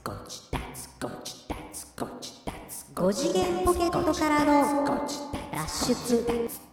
5次元ポケットからの脱出。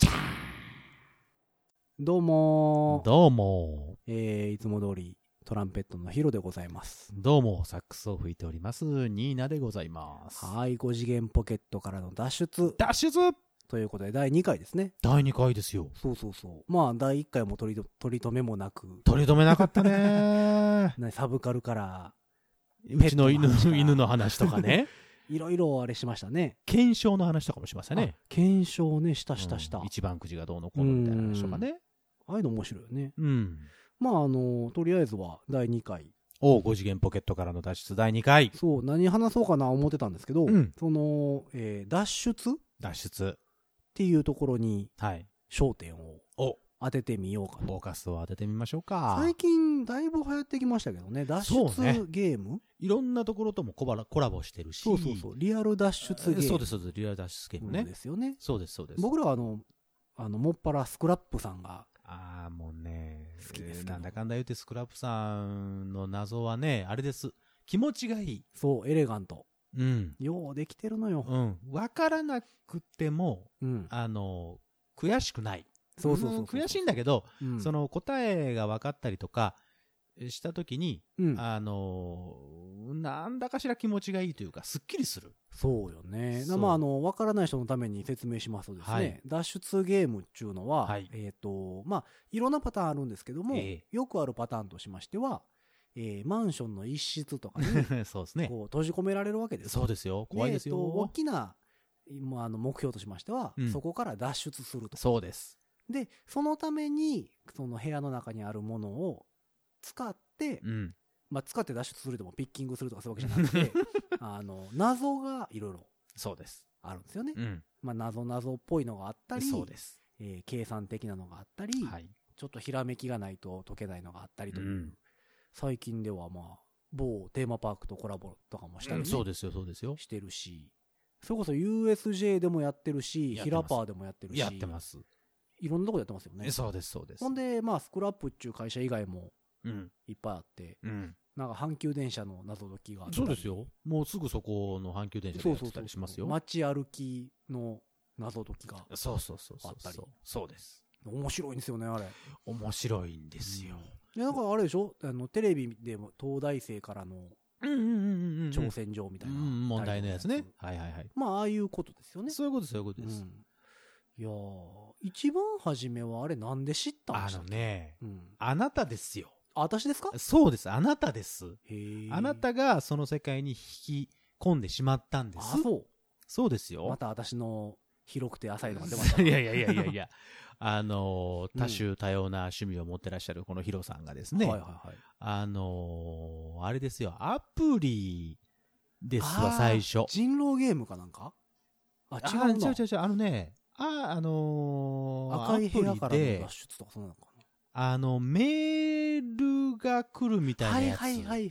どうもどうもいつも通りトランペットのヒロでございます。 どうもサックスを吹いておりますニーナでございます。 はい、5次元ポケットからの脱出ということで第2回ですね。 第2回ですよ。 そうそうそう。まあ第1回も取り留めもなく取り留めなかったねサブカルからうちの犬の話とかねいろいろあれしましたね。 検証の話とかもしましたね。 検証ね、した、 一番くじがどうのこうのみたいな話とかね。 ああいうの面白いよね。 うん。 まあとりあえずは第2回。 5次元ポケットからの脱出第2回。 そう、何話そうかな思ってたんですけど、その、脱出っていうところに焦点を当ててみようかな。 フォーカスを当ててみましょうか。 最近だいぶ流行ってきましたけどね、脱出ゲーム、 いろんなところともコラボしてるし。 そう、リアル脱出ゲーム。 そうです、リアル脱出ゲームね。 ですよね。 そうです。 僕らはもっぱらスクラップさんがもうね、 好きですけど、 なんだかんだ言ってスクラップさんの謎はね、あれです。気持ちがいい。 そう、エレガント。 うん。 ようできてるのよ。 うん。わからなくても、悔しくない。 そう。 悔しいんだけど、その答えが分かったりとかしたときに、なんだかしら気持ちがいいというか、すっきりする。 そうよね。まあ、分からない人のために説明しますとですね、脱出ゲームっていうのは、まあ、いろんなパターンあるんですけども、よくあるパターンとしましては、マンションの一室とかにそうですね、 こう閉じ込められるわけです。 そうですよ。怖いですよ。 大きな目標としましては、そこから脱出すると。 そうです。 で、そのために、その部屋の中にあるものを使って、使って脱出するでもピッキングするとかそういうわけじゃなくて、謎がいろいろあるんですよね。まあ、謎っぽいのがあったり、 そうです。 計算的なのがあったり、ちょっとひらめきがないと解けないのがあったりという、最近ではまあ某テーマパークとコラボとかもしたり、 そうですよしてるし、それこそ USJ でもやってるし、ヒラパーでもやってるし、 やってます。 いろんなとこでやってますよね。 そうです。 ほんでまあスクラップっていう会社以外もいっぱいあって、なんか阪急電車の謎解きがあったり。 そうですよ。もうすぐそこの阪急電車でやってたりしますよ。 街歩きの謎解きがあったり。 そうです。 面白いんですよね、あれ。 面白いんですよ。 だからあれでしょ、テレビでも東大生からの挑戦状みたいな問題のやつね。 まあああいうことですよね。 そういうことです。 いやー、一番初めはあれなんで知ったんですか？ あなたですよ。 私ですか？ そうです、あなたです。あなたがその世界に引き込んでしまったんです。そうですよ。 また私の広くて浅いのが出ました。 いや多種多様な趣味を持ってらっしゃるこのヒロさんがですね、あれですよ、アプリですわ、最初。 人狼ゲームかなんか？違うな。 違う。 赤い部屋からの脱出とかそうなのかな。 メールが来るみたいなやつ。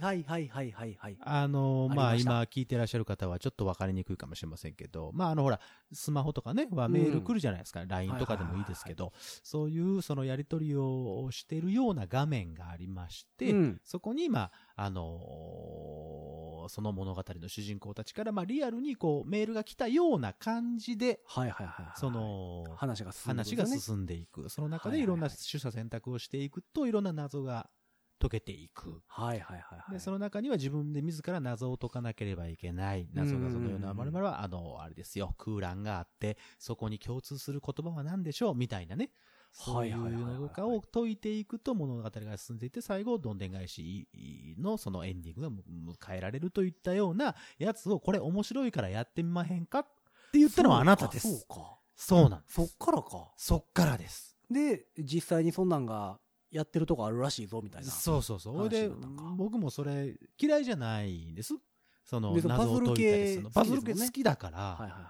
まあ今聞いてらっしゃる方はちょっと分かりにくいかもしれませんけど、まあほら、スマホとかね、はメール来るじゃないですか。LINE とかでもいいですけど、そういうそのやり取りをしているような画面がありまして、そこにまあ、その物語の主人公たちから、まあリアルにこうメールが来たような感じで、その話が進んでいく。その中でいろんな取捨選択をしていくと、いろんな謎が解けていく。で、その中には自分で自ら謎を解かなければいけない。謎のような我々は、あれですよ、空欄があって、そこに共通する言葉は何でしょうみたいなね。そういうのとかを解いていくと物語が進んでいって、最後、どんでん返しのそのエンディングが迎えられるといったようなやつを、これ面白いからやってみまへんかって言ったのはあなたです。そうなんです。 そっからか。 そっからです。 で、実際にそんなんがやってるとこあるらしいぞみたいな。 そう。それで、僕もそれ嫌いじゃないんです。その謎を解いたりするの。パズル系好きだから、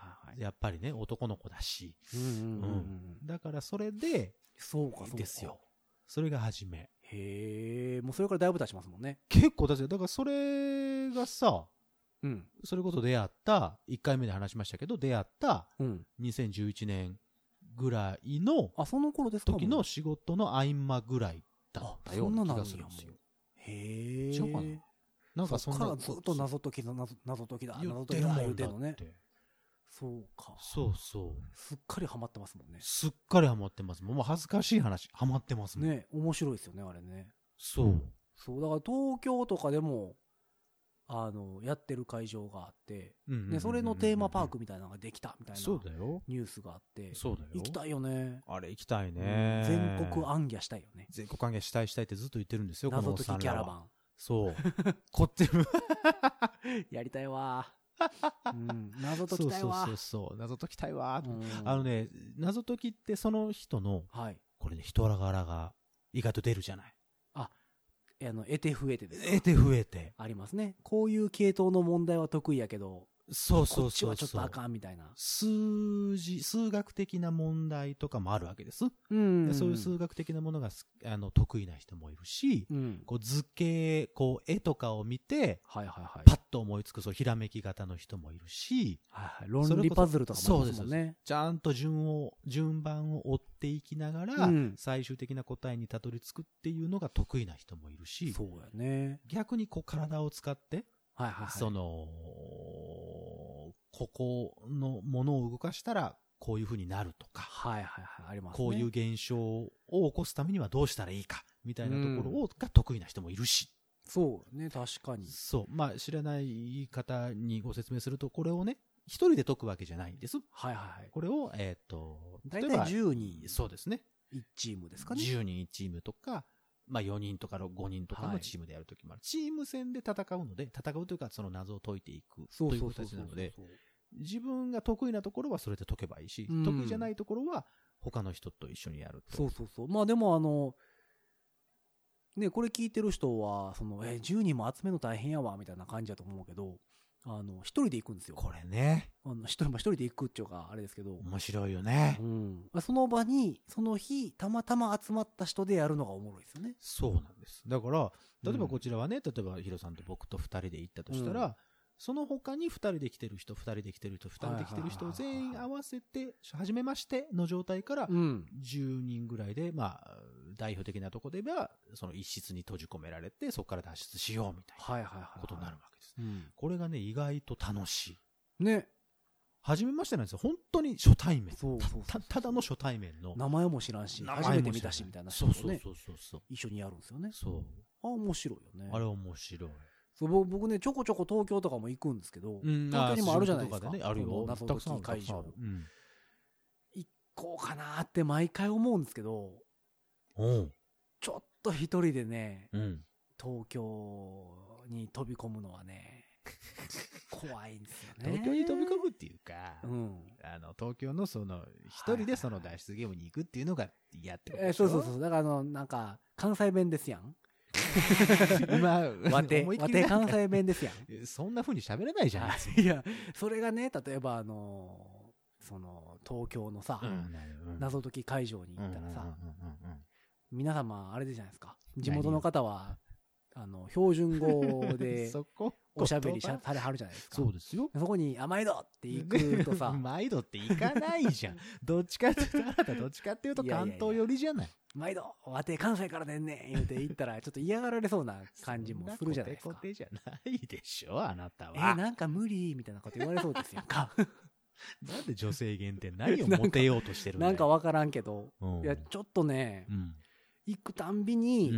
やっぱりね、男の子だし。だからそれで、ですよ。それが初め。 もうそれからだいぶ経ちますもんね。 結構経つよ。だからそれがさ、それこそ出会った、1回目で話しましたけど、出会った、2011年ぐらいの、 その頃ですか？ 時の仕事の合間ぐらいだったような気がするんですよ。 へえ。 違うかな？ なんかそんな。 そっからずっと謎解きだ、謎解きだ、 言ってるもんだって。 そうか。 そうそう。 すっかりハマってますもんね。 すっかりハマってます。もう恥ずかしい話、ハマってますもん。 ね、面白いですよね、あれね。 そう。 そう、だから東京とかでも、やってる会場があって、で、それのテーマパークみたいなのができたみたいなニュースがあって、 そうだよ。 行きたいよね。 あれ行きたいね。 全国行脚したいよね。 全国行脚したいってずっと言ってるんですよ、 謎解きキャラバン。 そう。凝ってる。 やりたいわ。謎解きたいわ。 そう。謎解きたいわ。謎解きってその人の、これね、人柄が意外と出るじゃない。 得て増えてです。 得て増えて。 ありますね。こういう系統の問題は得意やけど、 そう。 こっちはちょっとあかんみたいな。 数学的な問題とかもあるわけです。そういう数学的なものが得意な人もいるし、こう図形、こう絵とかを見て、パッと思いつくそうひらめき型の人もいるし、 論理パズルとかもありますもんね。 ちゃんと順番を追っていきながら、最終的な答えにたどり着くっていうのが得意な人もいるし、 そうやね。 逆にこう体を使って、ここのものを動かしたらこういう風になるとか、 ありますね。 こういう現象を起こすためにはどうしたらいいかみたいなところが得意な人もいるし。 そうね、確かに。 そう。まあ知らない方にご説明すると、これをね、一人で解くわけじゃないんです。これを大体10人。 そうですね。 1チームですかね。 10人1チームとか。まあ4人とか5人とかのチームでやるときもある。チーム戦で戦うので、戦うというかその謎を解いていくという形なので、自分が得意なところはそれで解けばいいし、得意じゃないところは他の人と一緒にやると。 そう。まあでもね、これ聞いてる人は、10人も集めるの大変やわ、みたいな感じだと思うけど、一人で行くんですよ。 これね。 一人で行くっていうか、あれですけど。 面白いよね。 その場に、その日、たまたま集まった人でやるのがおもろいですよね。 そうなんです。だから、例えばこちらはね、例えばヒロさんと僕と2人で行ったとしたら、その他に2人で来てる人、2人で来てる人、2人で来てる人を全員合わせて、初めましての状態から、10人ぐらいで、まあ、代表的なところでは、その一室に閉じ込められて、そこから脱出しようみたいなことになるわけです。これがね、意外と楽しい。 ね。 初めましてなんですよ。本当に初対面。ただの初対面の。 名前も知らんし、初めて見たしみたいな人とね、一緒にやるんですよね。 そう。 面白いよね。 あれ面白い。 僕ね、ちょこちょこ東京とかも行くんですけど、東京にもあるじゃないですか。 あるよ。 謎解き会場。行こうかなって毎回思うんですけど、ちょっと一人でね、東京に飛び込むのはね、怖いんですよね。 東京に飛び込むっていうか、東京の一人でその脱出ゲームに行くっていうのが嫌ってことでしょ。 そう。だからなんか、関西弁ですやん。 今、 和手関西弁ですやん。そんな風に喋れないじゃん。 いや、それがね、例えば東京のさ、謎解き会場に行ったらさ、皆様あれでじゃないですか。地元の方は、標準語でおしゃべりされはるじゃないですか。 そうですよ。 そこに、毎度って行くとさ。 毎度って行かないじゃん。どっちかっていうと関東寄りじゃない。 毎度、わて関西からでんねん言うて行ったら、ちょっと嫌がられそうな感じもするじゃないですか。 コテじゃないでしょ、あなたは。 なんか無理みたいなこと言われそうですやんか。 なんで女性限定何をモテようとしてるのなんかわからんけど、いや、ちょっとね、行くたんびに、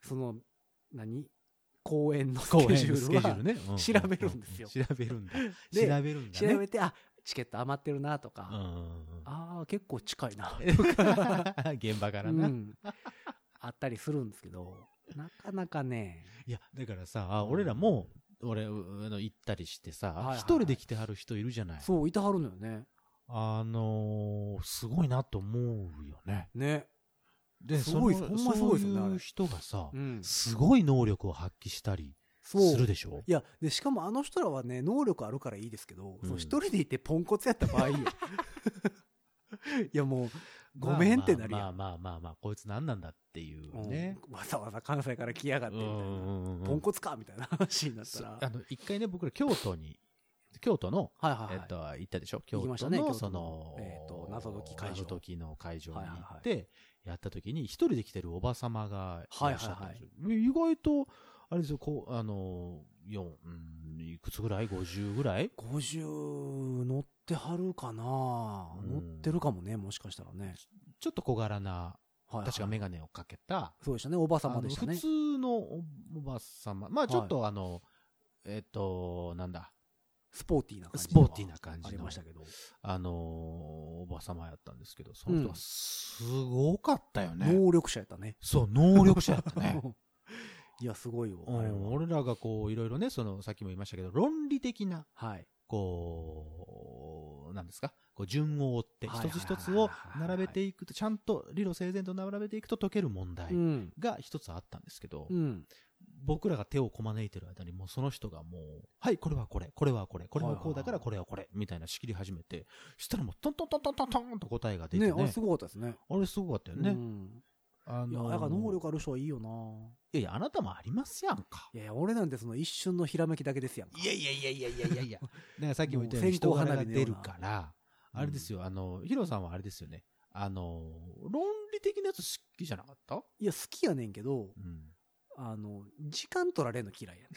公演のスケジュールは調べるんですよ。 調べるんだ。 調べて、チケット余ってるなとか、結構近いな現場からな、 あったりするんですけど、なかなかね。 いや、だからさ、俺らも、行ったりしてさ、一人で来てはる人いるじゃない。 そう、いてはるのよね。 すごいなと思うよね。 ね。 で、そういう人がさ、すごい能力を発揮したりするでしょ。 いや、で、しかもあの人らはね、能力あるからいいですけど、一人でいてポンコツやった場合よ。いや、もう、ごめんってなるやん。 まあ、こいつ何なんだっていうね。 わざわざ関西から来やがってみたいな。ポンコツかみたいな話になったら。 一回ね、僕ら京都の、行ったでしょ。京都の、 謎解き会場。 謎解きの会場に行って、やった時に一人で来てるおばさまがいらっしゃったんですよ。意外と、あれですよ、 いくつぐらい ?50 ぐらい ?50 乗ってはるかな、乗ってるかもね、もしかしたらね。 ちょっと小柄な、確かメガネをかけた。 そうでしたね、おばさまでしたね。 普通のおばさま。まあちょっとなんだ。 スポーティーな感じの。ありましたけど。 おばさまやったんですけど、その人はすごかったよね。 能力者やったね。 そう、能力者やったね。 いや、すごいよ。 俺らがこう、いろいろね、さっきも言いましたけど、論理的な、なんですか、順を追って、一つ一つを並べていくと、ちゃんと理路整然と並べていくと解ける問題が一つあったんですけど、僕らが手をこまねいてる間に、もうその人がもう、はい、これはこれ、これはこれ、これはこうだからこれはこれ、みたいな仕切り始めて、そしたらもうトントントントントントンと答えが出てね。 あれすごかったですね。 あれすごかったよね。 いや、だから能力ある人はいいよな。 いや、あなたもありますやんか。 いや、俺なんてその一瞬のひらめきだけですやんか。 いや。だからさっきも言ったように人柄が出るから、あれですよ、ヒロさんはあれですよね。論理的なやつ好きじゃなかった？ いや、好きやねんけど、時間取られるの嫌いや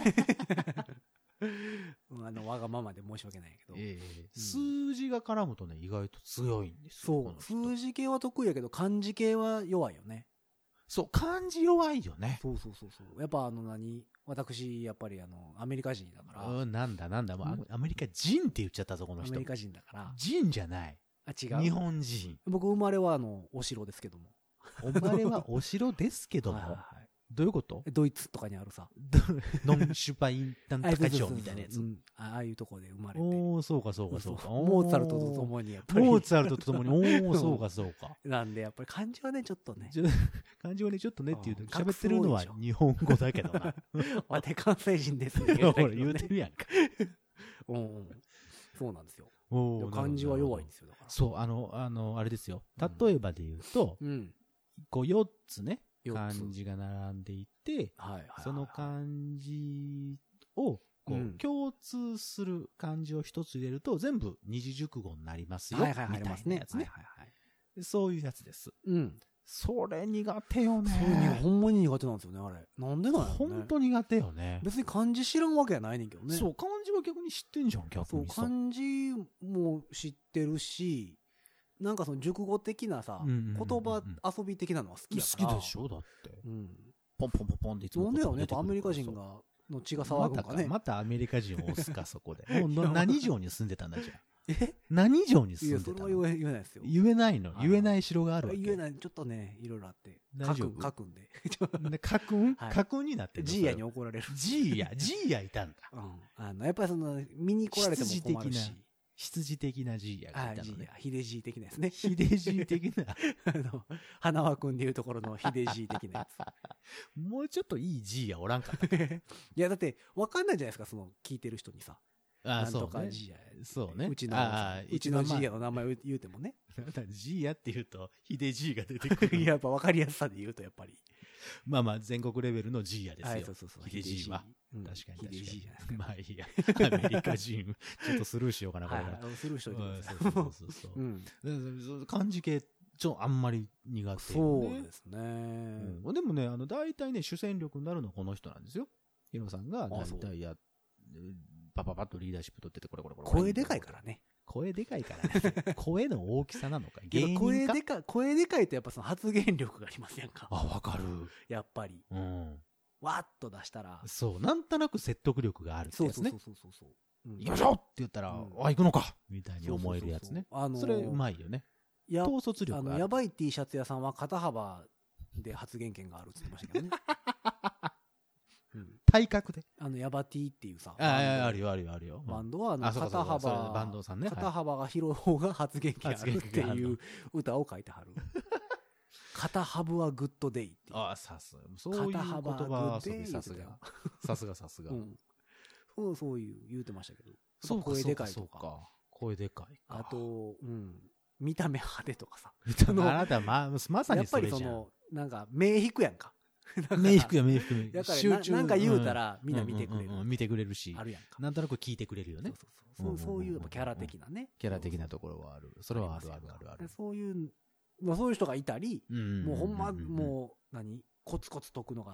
ねん。わがままで申し訳ないけど。 数字が絡むとね、意外と強いんですよ。そう。数字系は得意やけど、漢字系は弱いよね。 そう、漢字弱いよね。 そう。やっぱ私、やっぱりアメリカ人だから。 なんだ、もうアメリカ人って言っちゃったぞ、この人。 アメリカ人だから。 人じゃない。 違う。 日本人。 僕、生まれはお城ですけども。 生まれはお城ですけども。どういうこと？ ドイツとかにあるさ。 ノンシュパインなんとか城みたいなやつ。 ああいうところで生まれて。 そうか。 モーツァルトと共にやっぱり。そうか。 なんでやっぱり漢字はね、ちょっとね。 漢字はね、ちょっとねっていうと、喋ってるのは日本語だけどな。 わて関西人ですね。 言うてるやんか。 そうなんですよ。漢字は弱いんですよ。だから。 そう、あれですよ。例えばで言うと、こう4つね。漢字が並んでいて、その漢字を共通する漢字を一つ入れると全部二字熟語になりますよみたいなやつね。そういうやつです。それ苦手よね。 それほんまに苦手なんですよね、あれ。なんでなんやろね。 本当苦手よね。 別に漢字知らんわけやないねんけどね。 そう、漢字は逆に知ってんじゃん、逆に。 そう、漢字も知ってるし、なんかその熟語的なさ、言葉遊び的なのは好きやから。 好きでしょだって。ポンポンポンポンっていつも。 なんでよね、やっぱアメリカ人が、の血が騒ぐんかね。 またアメリカ人を押すか、そこで。もう何城に住んでたんだじゃん。何城に住んでたの？ いや、それは言えないですよ。 言えないの？言えない城があるわけ？ 言えない。ちょっとね、いろいろあって。書くんで。 書くんになってる。 ジーヤに怒られる。 ジーヤいたんだ。やっぱり見に来られても困るし。 羊的なジーヤがいたのね。 ヒデジー的なやつね。 ヒデジー的な。 花輪くんでいうところのヒデジー的なやつ。 もうちょっといいジーヤおらんかった。 いや、だって、わかんないじゃないですか、その、聞いてる人にさ。なんとかジーヤ。 そうね。 うちのジーヤの名前を言うてもね。 ジーヤって言うと、ヒデジーが出てくる。 やっぱわかりやすさで言うと、やっぱり。 まあ全国レベルのジーヤですよ。 そう。 ヒデジーは。確かに。 ヒデジーじゃないですか。 まあいいや。アメリカ人、ちょっとスルーしようかな、これから。 スルーしといてください。 そう。漢字系、あんまり苦手。 そうですね。 でもね、大体ね、主戦力になるのはこの人なんですよ。ヒロさんが大体パパッとリーダーシップ取ってて、これ。 声でかいからね。 声でかいからね。声の大きさなのか。芸人か。 声でかいとやっぱその発言力がありますやんか。 わかる。 やっぱり。わーっと出したら。 そう、なんとなく説得力があるってやつね。 そう。 行きましょうって言ったら、行くのかみたいに思えるやつね。それうまいよね。統率力がある。 やばい T シャツ屋さんは肩幅で発言権があるって言ってましたけどね。 体格でヤバ T っていうさ。 あるよ。 バンドは肩幅、 バンドさんね。 肩幅が広い方が発言権あるっていう歌を書いてはる。肩幅はグッドデイっていう。 さすが。そういう言葉遊び、さすが。さすが。 そう言うてましたけど。 そうか。 声でかいとか。 声でかいか。 あと、見た目派手とかさ。 あなたまさにそれじゃん。 やっぱりなんか、目引くやんか。 目引く。 だからなんか言うたらみんな見てくれる。 見てくれるし。 あるやんか。 なんとなく聞いてくれるよね。 そういうキャラ的なね。 キャラ的なところはある。それはある。 そういう人がいたり、もうほんま、もう、コツコツ解くのが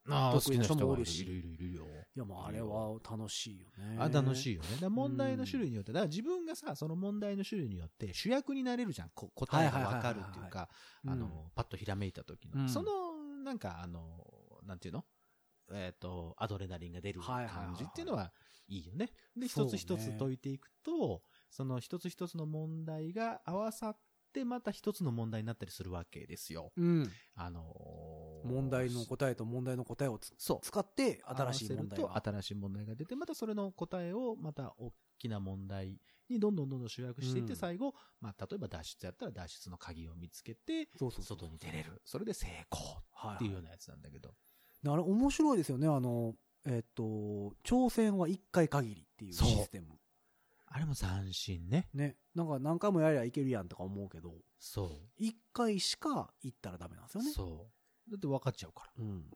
得意な人もおるし。 いるよ。いや、もうあれは楽しいよね。 楽しいよね。だ問題の種類によって、だから自分がさ、その問題の種類によって主役になれるじゃん。答えがわかるっていうか、パッとひらめいた時の。その、なんか、なんていうのアドレナリンが出る感じっていうのはいいよね。で、一つ一つ解いていくと、その一つ一つの問題が合わさって、また一つの問題になったりするわけですよ。 問題の答えと問題の答えを使って新しい問題が出て、またそれの答えをまた大きな問題にどんどん集約していって、最後、例えば脱出やったら脱出の鍵を見つけて、外に出れる。それで成功っていうようなやつなんだけど。 あれ面白いですよね。挑戦は1回限りっていうシステム。 あれも斬新ね。 ね。なんか何回もやりゃいけるやんとか思うけど。 そう。 1回しか行ったらダメなんですよね。 そう。だって分かっちゃうから。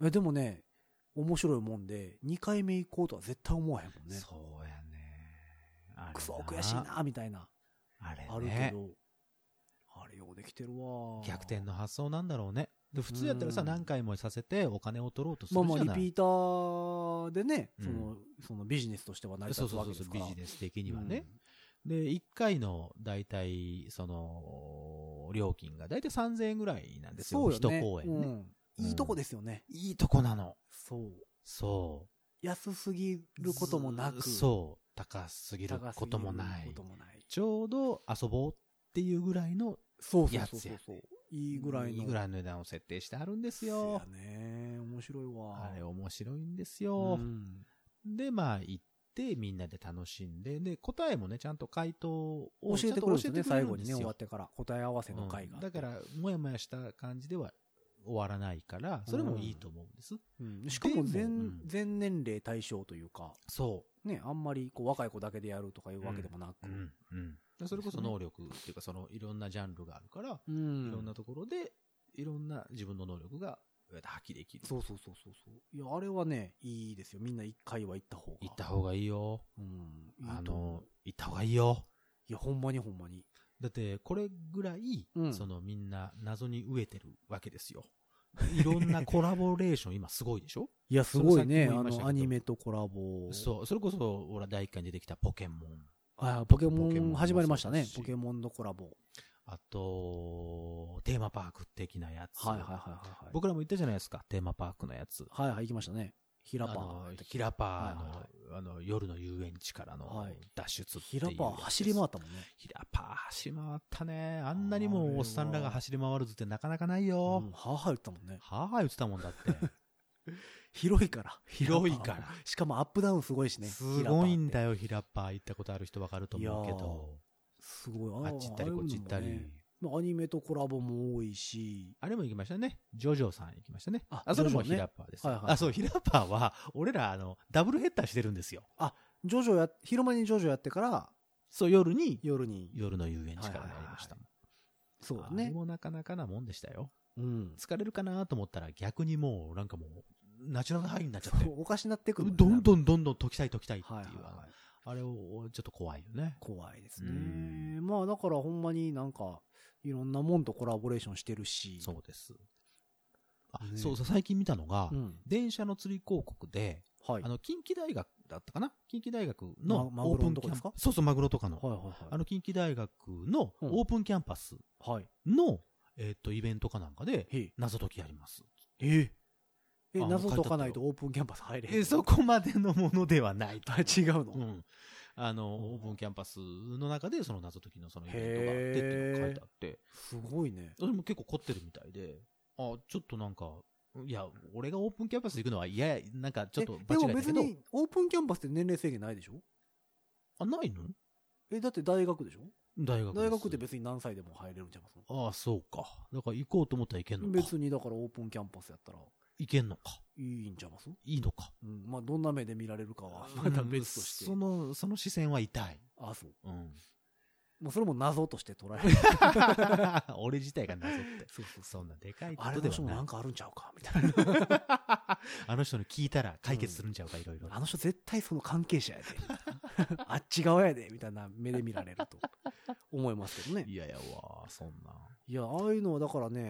でもね、面白いもんで、2回目行こうとは絶対思わへんもんね。 そうやね。 クソ悔しいな、みたいな。 あれね。 あるけど。あれようできてるわ。 逆転の発想なんだろうね。で普通やったらさ、何回もさせてお金を取ろうとするじゃない。 リピーターでね、そのビジネスとしては成り立つわけですから。 ビジネス的にはね。で、1回の大体、その、料金が大体3000円ぐらいなんですよ。一公演ね。 いいとこですよね。 いいとこなの。 そう。安すぎることもなく。 そう。高すぎることもない。ちょうど遊ぼうっていうぐらいのやつや。いいぐらいの値段を設定してあるんですよ。 そうやね。面白いわ。 あれ面白いんですよ。で、行って、みんなで楽しんで、で、答えもね、ちゃんと回答を教えてくれるんですね、最後にね、終わってから。答え合わせの回が。 だから、もやもやした感じでは終わらないから、それもいいと思うんです。 しかも全年齢対象というか、ね、あんまり若い子だけでやるとかいうわけでもなく。 それこそ能力っていうか、いろんなジャンルがあるから、いろんなところで、いろんな自分の能力が発揮できる。 そう。いや、あれはね、いいですよ。みんな一回は行った方が。 行った方がいいよ。行った方がいいよ。 いや、ほんまに。 だって、これぐらい、みんな謎に飢えてるわけですよ。いろんなコラボレーション、今すごいでしょ？ いや、すごいね。アニメとコラボ。 そう。それこそ、第1回に出てきたポケモン。 ポケモン始まりましたね。ポケモンのコラボ。 あと、テーマパーク的なやつ。僕らも行ったじゃないですか、テーマパークのやつ。 行きましたね。ヒラパーの夜の遊園地からの脱出っていう。 ヒラパー走り回ったもんね。 ヒラパー走り回ったね。あんなにもおっさんらが走り回る図ってなかなかないよ。 はぁ言ったもんね。 はぁ言ってたもんだって。 広いから。しかもアップダウンすごいしね。 すごいんだよ、ヒラパー行ったことある人わかると思うけど。 すごい。 あっち行ったりこっち行ったり。 アニメとコラボも多いし。 あれも行きましたね。ジョジョさん行きましたね。それもヒラパーです。そう、ヒラパーは、俺ら、ダブルヘッダーしてるんですよ。 ジョジョ昼間にジョジョやってから、 そう、夜の遊園地からやりましたもん。 そうだね。 あれもなかなかなもんでしたよ。疲れるかなと思ったら逆にもう、なんかもう、ナチュラルハイになっちゃって。 おかしなってくる。 どんどん解きたいっていう。あれを、ちょっと怖いよね。 怖いですね。だからほんまになんか、いろんなもんとコラボレーションしてるし。 そうです。そう、最近見たのが、電車の釣り広告で、近畿大学だったかな？近畿大学のオープンキャンパス。そう、マグロとかの。近畿大学のオープンキャンパスの、イベントかなんかで、謎解きやります。 謎解かないとオープンキャンパス入れへん。 そこまでのものではない。 違うの？ オープンキャンパスの中でその謎解きのそのイベントがあってっていうのが書いてあって。 すごいね。 それも結構凝ってるみたいで、ちょっとなんか、いや、俺がオープンキャンパス行くのは嫌や、なんかちょっと場違いだけど。でも別にオープンキャンパスって年齢制限ないでしょ？ ないの？ だって大学でしょ？大学って別に何歳でも入れるんちゃいます？ そうか。だから行こうと思ったらいけんのか。 別にだからオープンキャンパスやったら。 いけんのか。 いいんちゃいます？ いいのか。 どんな目で見られるかは、また別として。 その視線は痛い。 そう。もうそれも謎として捉える。俺自体が謎って。そんなでかいことではない。 あれの人もなんかあるんちゃうかみたいな。 あの人に聞いたら解決するんちゃうか、いろいろ。 あの人絶対その関係者やで。あっち側やで、みたいな目で見られると思いますけどね。 いやいや、そんな。 いや、ああいうのはだからね、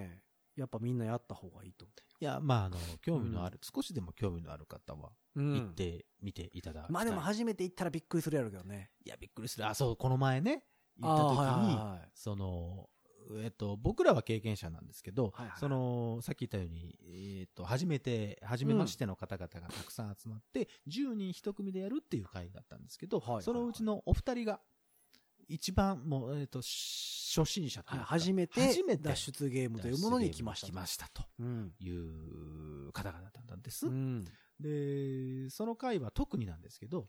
やっぱみんなやった方がいいと。 いや、まあ、興味のある、少しでも興味のある方は、行ってみていただきたい。 まあでも初めて行ったらびっくりするやろうけどね。 いや、びっくりする。そう、この前ね、行った時に、僕らは経験者なんですけど、さっき言ったように、初めましての方々がたくさん集まって、10人1組でやるっていう会だったんですけど、そのうちのお二人が、一番、もう、初心者というか、 初めて脱出ゲームというものに来ましたという方々だったんです。で、その回は特になんですけど、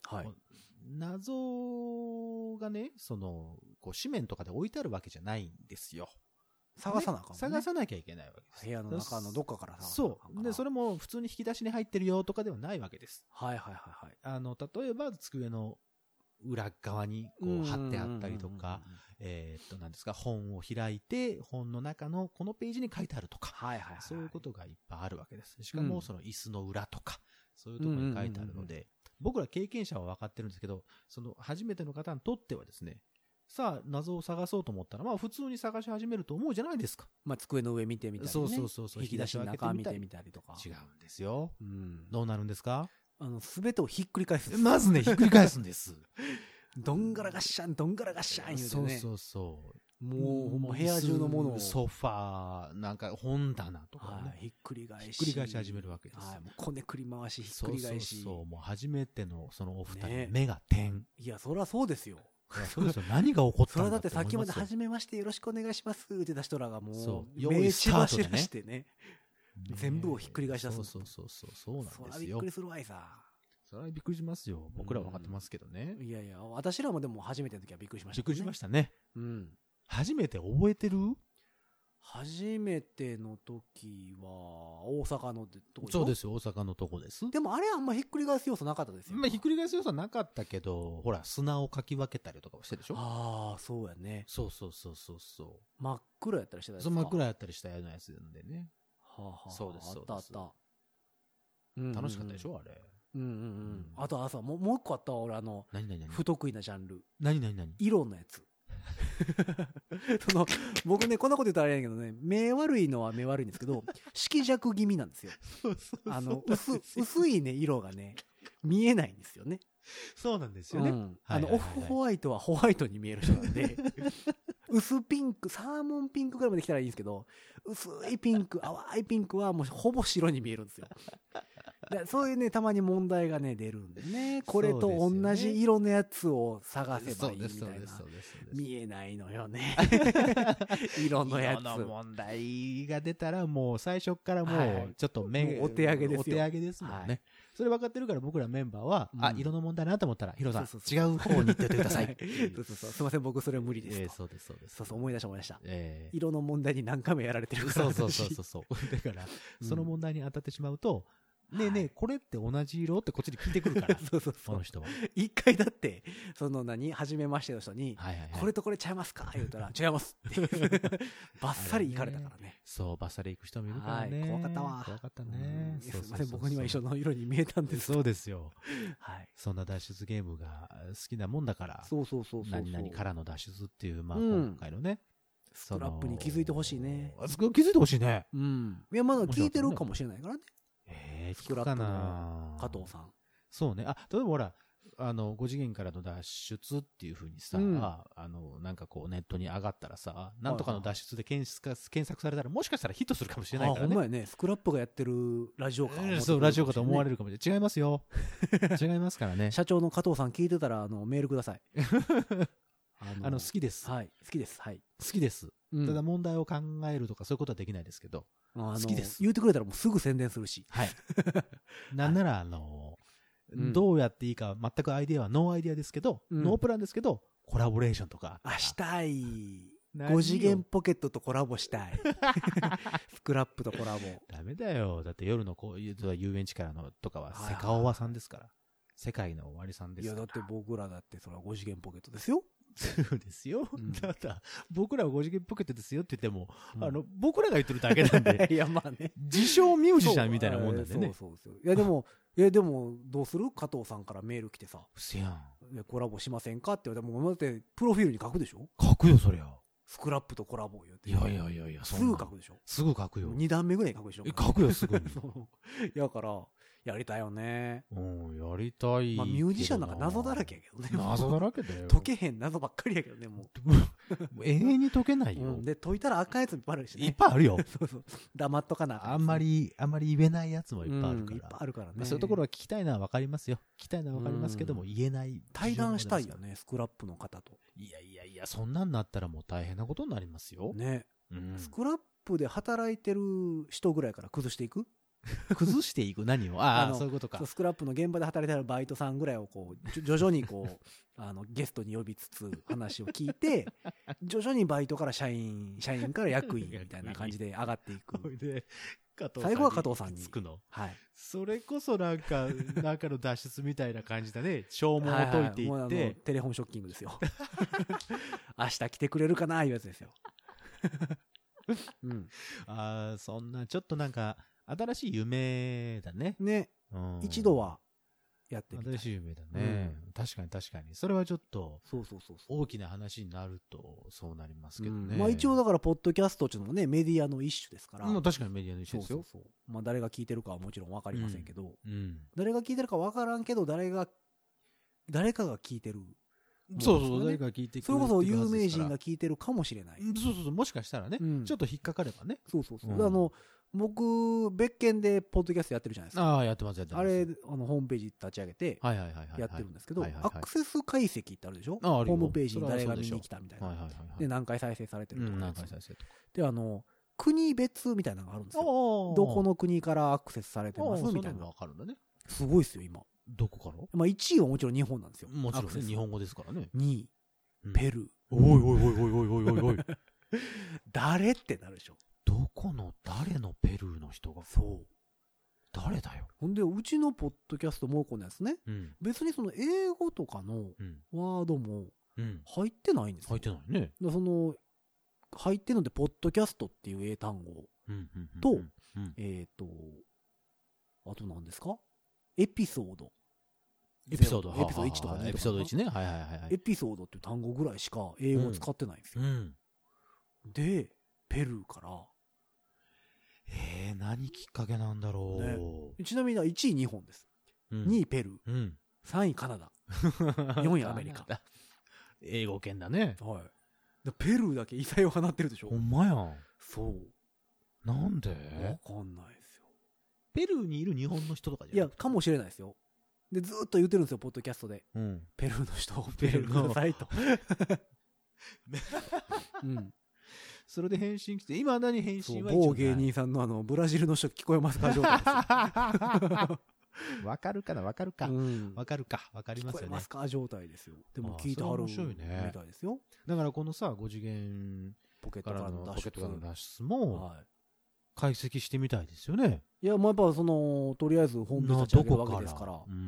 謎がね、紙面とかで置いてあるわけじゃないんですよ。 探さなあかんね。 探さなきゃいけないわけです。 部屋の中のどっかから探さなあかん。そう。で、それも普通に引き出しに入ってるよとかではないわけです。 はいはいはいはい。 例えば机の裏側にこう貼ってあったりとか、何ですか、本を開いて、本の中のこのページに書いてあるとか、そういうことがいっぱいあるわけです。しかも、その椅子の裏とか、そういうところに書いてあるので、僕ら経験者は分かってるんですけど、初めての方にとってはですね、さあ、謎を探そうと思ったら、まあ、普通に探し始めると思うじゃないですか。 まあ、机の上見てみたりね。 そう。 引き出しの中見てみたりとか。 違うんですよ。どうなるんですか？ すべてをひっくり返す。 まずね、ひっくり返すんです。 どんがらがっしゃん、どんがらがっしゃん言うてね。 そう。 もう部屋中のものを。 ソファー、なんか本棚とかね。 ひっくり返し始めるわけです。 もうこねくり回し、ひっくり返し。 そう。もう初めてのそのお二人、目が点。 いや、そりゃそうですよ。 そうですよ。何が起こったんだって思いますよ。 それはだってさっきまで初めましてよろしくお願いしますって出した人らがもう、 目血走らしてね。全部をひっくり返し出す。 そうなんですよ。 そりゃびっくりするわいさ。 それはびっくりしますよ。僕らは分かってますけどね。 いやいや、私らもでも初めての時はびっくりしました。 びっくりしましたね。初めて覚えてる？ 初めての時は大阪のとこ。 そうですよ、大阪のとこです。 でもあれはあんまひっくり返す要素なかったですよ。 まあひっくり返す要素はなかったけど、ほら砂をかき分けたりとかしてるでしょ。 ああ、そうやね。 そう。 真っ黒やったりしてたやつか。 真っ黒やったりしたやつなんでね。そうです。 あった。 楽しかったでしょあれ。 あともう一個あったわ俺何不得意なジャンル。 何色のやつ。僕ねこんなこと言ったらあれやけどね、目悪いのは目悪いんですけど色弱気味なんですよ。薄いね色がね見えないんですよね。 そうなんですよね。 オフホワイトはホワイトに見える人なんで薄ピンク、サーモンピンクぐらいまで来たらいいんですけど、薄いピンク、淡いピンクはもうほぼ白に見えるんですよ。そういうね、たまに問題がね、出るんでね。これと同じ色のやつを探せばいいみたいな。見えないのよね。色のやつ。 色の問題が出たらもう最初からもうちょっとお手上げですよ。 お手上げですもんね。それ分かってるから僕らメンバーは、色の問題なと思ったら、ヒロさん、違う方に行っててください。 すいません、僕それ無理です。 そうです。 そう、思い出した。色の問題に何回もやられてるから。 そう。だから、その問題に当たってしまうと、ねえ、これって同じ色ってこっちに聞いてくるから。この人は。 一回だって、初めましての人に、これとこれちゃいますか言うたら、違いますって。バッサリ行かれたからね。 そう、バッサリ行く人もいるからね。 怖かったわ。 怖かったね。 すいません、僕には一緒の色に見えたんです。 そうですよ。そんな脱出ゲームが好きなもんだから、 そう。 何々からの脱出っていう、まあ今回のね。 スクラップに気づいてほしいね。 気づいてほしいね。 いや、まだ聞いてるかもしれないからね。 スクラップの加藤さん。 そうね。例えばほら、5次元からの脱出っていう風にさ、なんかこうネットに上がったらさ、なんとかの脱出で検索されたらもしかしたらヒットするかもしれないからね。 ほんまやね。スクラップがやってるラジオか。 そう、ラジオかと思われるかもしれない。違いますよ。違いますからね。 社長の加藤さん聞いてたら、メールください。 好きです。 はい。好きです。はい。 好きです。ただ問題を考えるとかそういうことはできないですけど、好きです。 言うてくれたらもうすぐ宣伝するし。 はい。なんなら、どうやっていいか全くアイデアはノーアイデアですけど、ノープランですけど、コラボレーションとか。 したい。5次元ポケットとコラボしたい。スクラップとコラボ。 ダメだよ。だって夜のこういう遊園地からのとかはセカオワさんですから。世界の終わりさんですから。 いや、だって僕らだってそれは5次元ポケットですよ。 そうですよ。だったら、僕らは5次元ポケットですよって言っても、僕らが言ってるだけなんで。 いや、まあね。 自称ミュージシャンみたいなもんなんでね。 そう。いや、でも、どうする加藤さんからメール来てさ。 うせやん。 コラボしませんかって言われても、だって、プロフィールに書くでしょ？ 書くよ、そりゃ。 スクラップとコラボ言うて。 いやいやいやいや、 すぐ書くでしょ。 すぐ書くよ。 2段目ぐらい書くでしょ。 書くよ、すぐに。 やから、やりたいよね。 うん、やりたい。 まあ、ミュージシャンなんか謎だらけやけどね。 謎だらけだよ。 解けへん謎ばっかりやけどね、もう。永遠に解けないよ。 で、解いたらあかんやついっぱいあるしね。 いっぱいあるよ。 そうそう。黙っとかな。 あんまり言えないやつもいっぱいあるから。 いっぱいあるからね。 そういうところは聞きたいのはわかりますよ。聞きたいのはわかりますけども、言えない。 対談したいよね、スクラップの方と。 いやいやいや、そんなんなったらもう大変なことになりますよ。 ね。スクラップで働いてる人ぐらいから崩していく崩していく何をそういうことか。 スクラップの現場で働いてるバイトさんぐらいをこう、徐々にこう、ゲストに呼びつつ話を聞いて、徐々にバイトから社員から役員みたいな感じで上がっていく。最後は加藤さんに。 つくの。 はい。 それこそなんかの脱出みたいな感じだね。消耗を解いていって。 テレフォンショッキングですよ。明日来てくれるかないうやつですよ。うん。 そんな、ちょっとなんか、新しい夢だね。 ね。一度はやってみたい。 新しい夢だね。確かに確かに。それはちょっと、 そう大きな話になると、そうなりますけどね。 まあ一応だから、ポッドキャストっていうのもね、メディアの一種ですから。 確かにメディアの一種ですよ。 まあ誰が聞いてるかはもちろんわかりませんけど、誰が聞いてるかわからんけど、誰かが聞いてる。 そう、誰か聞いてくれる。 それこそ有名人が聞いてるかもしれない。 そう、もしかしたらね、ちょっと引っかかればね。 そう。僕、別件でポッドキャストやってるじゃないですか。 やってます。 あれ、ホームページ立ち上げて、やってるんですけど、アクセス解析ってあるでしょ？ホームページに誰が見に来たみたいな。で、何回再生されてるとか。何回再生とか。で、国別みたいなのがあるんですよ。どこの国からアクセスされてますみたいな。 わかるんだね。 すごいですよ、今。 どこから？ まあ1位はもちろん日本なんですよ。 もちろん日本語ですからね。 2位、ペルー。 おい。 誰ってなるでしょ。 どこの誰のペルーの人が。そう。誰だよ。 ほんで、うちのポッドキャストもこのやつね。別にその英語とかのワードも入ってないんですよ。 入ってないね。 入ってるので、ポッドキャストっていう英単語と、あと何ですか？エピソード1とか2とか。 エピソード1ね。 エピソードっていう単語ぐらいしか英語を使ってないんですよ。で、ペルーから。 何きっかけなんだろう。ちなみに1位日本です。2位ペルー。3位カナダ。4位アメリカ。 英語圏だね。 はい。ペルーだけ異彩を放ってるでしょ。 ほんまやん。 そう。 なんで？ わかんないですよ。 ペルーにいる日本の人とかじゃない？いや、かもしれないですよ。で、ずっと言ってるんですよ、ポッドキャストで。ペルーの人、ペルーくださいと。 それで返信来て、今何返信は某芸人さんのブラジルの人聞こえますか状態ですよ。 わかるかな、わかるか。わかるか、わかりますよね。聞こえますか状態ですよ。でも聞いてはるみたいですよ。 だからこのさ、5次元ポケットからの脱出も、解析してみたいですよね。 いや、まあやっぱとりあえずホームページ立ち上げるわけですから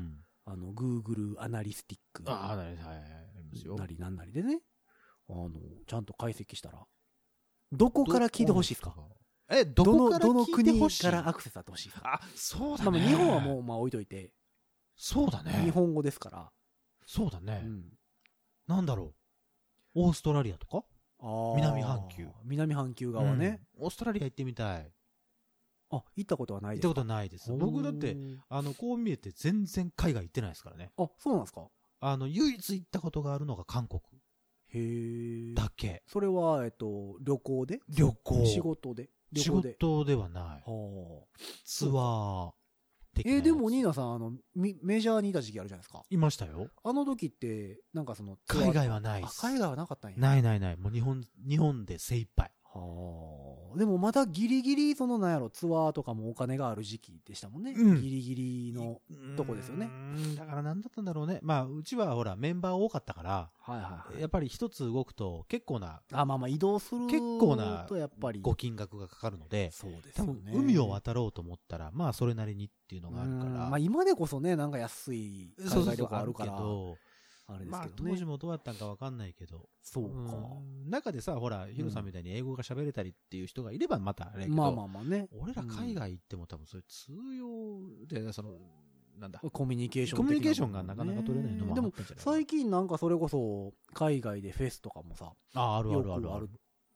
、Google アナリスティックなりなんなりでね、ちゃんと解析したら、どこから聞いてほしいですか？どの国からアクセスあってほしいですか？ そうだね。 日本はもう、まあ置いといて。 そうだね。 日本語ですから。 そうだね。なんだろう。オーストラリアとか？南半球。 南半球側ね。 オーストラリア行ってみたい。 行ったことはないですか？ 行ったことないです。僕だって、こう見えて全然海外行ってないですからね。 そうなんですか？ 唯一行ったことがあるのが韓国。だけ。 それは、旅行で？ 旅行。 仕事で？ 仕事ではない。ツアー的なやつ。 でもニーナさん、メジャーにいた時期あるじゃないですか。 いましたよ。 あの時って、なんか海外はないです。 海外はなかったんや。 ない。もう日本で精一杯。 でもまだギリギリツアーとかもお金がある時期でしたもんね。ギリギリのとこですよね。 だから何だったんだろうね。まあうちはほらメンバー多かったから、やっぱり一つ動くと結構な、 移動する結構なとやっぱりご金額がかかるので、 そうですよね。 多分海を渡ろうと思ったらまあそれなりにっていうのがあるから、 今でこそねなんか安い海外旅行あるから。あれですけどね。 当時もどうやったんか分かんないけど。 そうか。 中でさ、ほら、ヒロさんみたいに英語が喋れたりっていう人がいればまたあれやけど。 まあね。 俺ら海外行っても多分それ通用で、なんだ。 コミュニケーション。 コミュニケーションがなかなか取れないのもあったんじゃない？ でも、最近なんかそれこそ、海外でフェスとかもさ。 ある。 よくある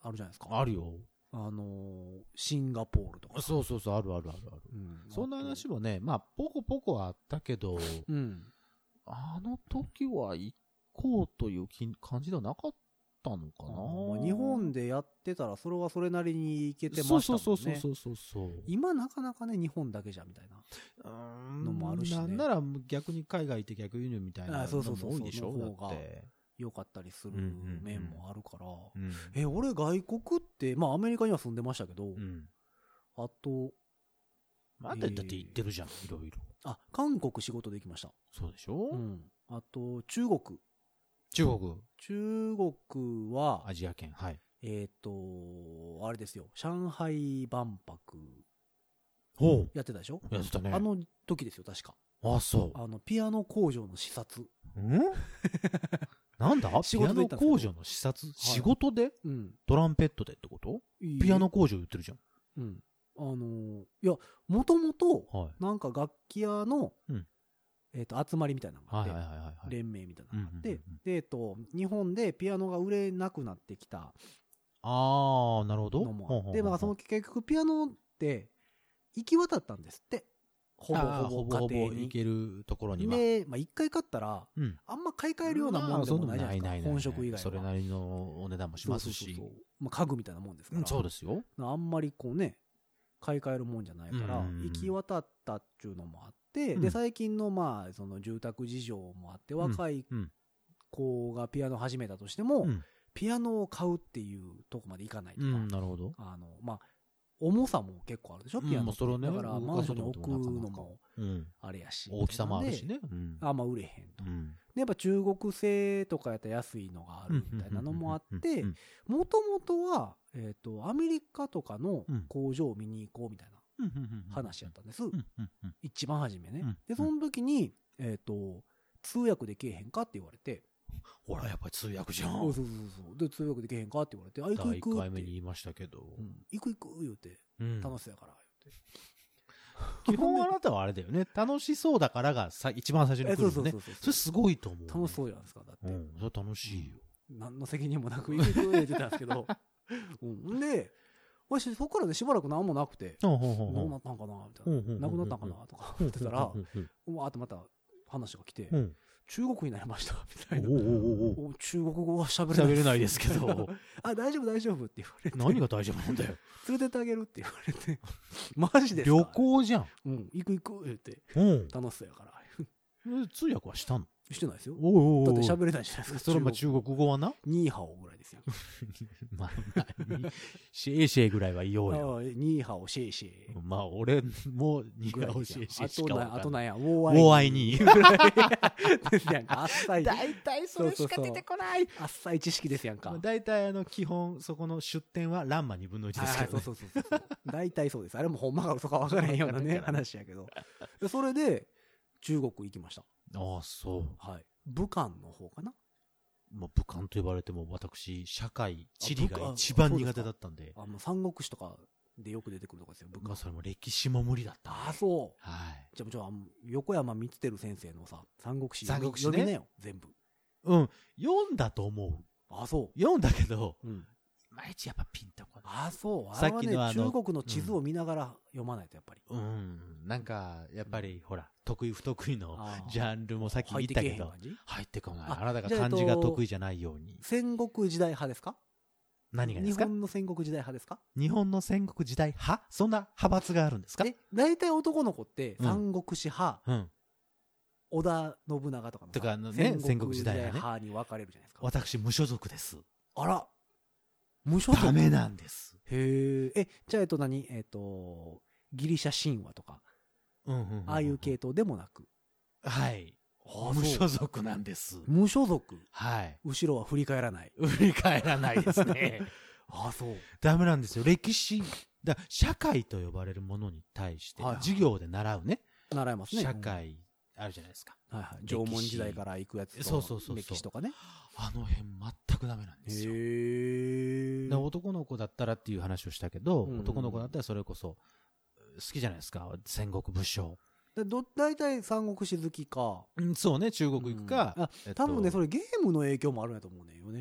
あるじゃないですか。 あるよ。 シンガポールとか。 そうそうそう、あるあるあるある。そんな話もね、まあ、ポコポコはあったけど、あの時は行こうという感じではなかったのかな。 日本でやってたら、それはそれなりに行けてましたもんね。 そう。 今なかなかね、日本だけじゃみたいなのもあるしね。 なんなら逆に海外行って逆輸入みたいなのも多いでしょ。だって良かったりする面もあるから、俺外国って、まあアメリカには住んでましたけど、あと、 だって行ってるじゃん、いろいろ。 韓国仕事で行きました。 そうでしょ。 あと、中国は、 アジア圏、はい。 あれですよ、上海万博。やってたでしょ。 やってたね。 あの時ですよ、確か。 そう。 ピアノ工場の視察。 なんだピアノ工場の視察、仕事で、トランペットでってこと？ピアノ工場言ってるじゃん。 いや、もともと、なんか楽器屋の、集まりみたいなのがあって、連盟みたいなのがあって、で、日本でピアノが売れなくなってきた。 なるほど。 で、まあ、結局ピアノって、行き渡ったんですって。ほぼ家庭に行けるところには。 で、まあ、一回買ったら、あんま買い替えるようなもんでもないじゃないですか。本職以外は。 それなりのお値段もしますし。 まあ、家具みたいなもんですから。 そうですよ。 あんまりこうね、買い替えるもんじゃないから、行き渡ったっていうのもあって、で、最近のまあ、その住宅事情もあって、若い子がピアノ始めたとしても、ピアノを買うっていうとこまでいかないとか。 なるほど。 まあ、重さも結構あるでしょ、ピアノって。だから、マンションに置くのも、あれやし。 大きさもあるしね。 あんま売れへんと。で、やっぱ中国製とかやったら安いのがあるみたいなのもあって、もともとは、アメリカとかの工場を見に行こうみたいな話やったんです。一番初めね。で、その時に、通訳でけえへんかって言われて、 ほら、やっぱり通訳じゃん。 そう。で、通訳できへんかって言われて、行く行くって。 第1回目に言いましたけど。 行く言うて、楽しそうやから、言うて。 基本あなたはあれだよね。楽しそうだからが一番最初に来るよね。それすごいと思う。 楽しそうじゃないですか、だって。 それ楽しいよ。 何の責任もなく行く言ってたんですけど。で、私そこからね、しばらく何もなくて、どうなったんかなみたいな。なくなったんかなとか言ってたら、わーってまた話が来て、中国になりました、みたいな。中国語は喋れないですけど。大丈夫って言われて。 何が大丈夫なんだよ。 連れてってあげるって言われて。マジで旅行じゃん。 行く言って。楽しそうやから。 通訳はしたの？ してないですよ。だって喋れないじゃないですか。 それも中国語はな？ ニーハオぐらいですよ。 まあ、シェイシェイぐらいは言おうよ。 ニーハオ、シェイシェイ。 まあ、俺もニーハオ、シェイシェイしかわかんない。 あとなんや、ウォーアイニー。 大体それしか出てこない。 浅い知識ですやんか。 大体基本、そこの出典はランマ2分の1ですけど。 そう。大体そうです。あれもほんまか嘘か分からへんようなね、話やけど。それで、中国行きました。 そう。 はい。武漢の方かな。 武漢と呼ばれても私、社会、地理が一番苦手だったんで。 三国志とかでよく出てくるとこですよ、武漢。 それも歴史も無理だった。 そう。 はい。 じゃあ、横山光輝先生のさ、三国志読みなよ、全部。 読んだと思う。 そう。 読んだけど、毎日やっぱピンとこない。 そう。 さっきの中国の地図を見ながら読まないとやっぱり。 なんか、やっぱり、ほら、得意不得意のジャンルもさっき言ったけど、入ってこない。あなたが漢字が得意じゃないように。 戦国時代派ですか？ 何がですか？ 日本の戦国時代派ですか？ 日本の戦国時代派？そんな派閥があるんですか？ 大体男の子って三国志派、織田信長とかのとかね、戦国時代派に分かれるじゃないですか。 私、無所属です。 あら、無所属？ ダメなんです。 へえ。じゃあ、ギリシャ神話とか、ああいう系統でもなく。 はい。無所属なんです。 無所属？ はい。 後ろは振り返らない。 振り返らないですね。 そう。 ダメなんですよ。歴史、社会と呼ばれるものに対して、授業で習うね。 習いますね。 社会、あるじゃないですか。 縄文時代から行くやつと、歴史とかね。 あの辺全くダメなんですよ。へー。男の子だったらっていう話をしたけど、男の子だったらそれこそ、好きじゃないですか。戦国武将。 大体三国志好きか。 そうね、中国行くか。 多分ね、それゲームの影響もあるんやと思うねんよね。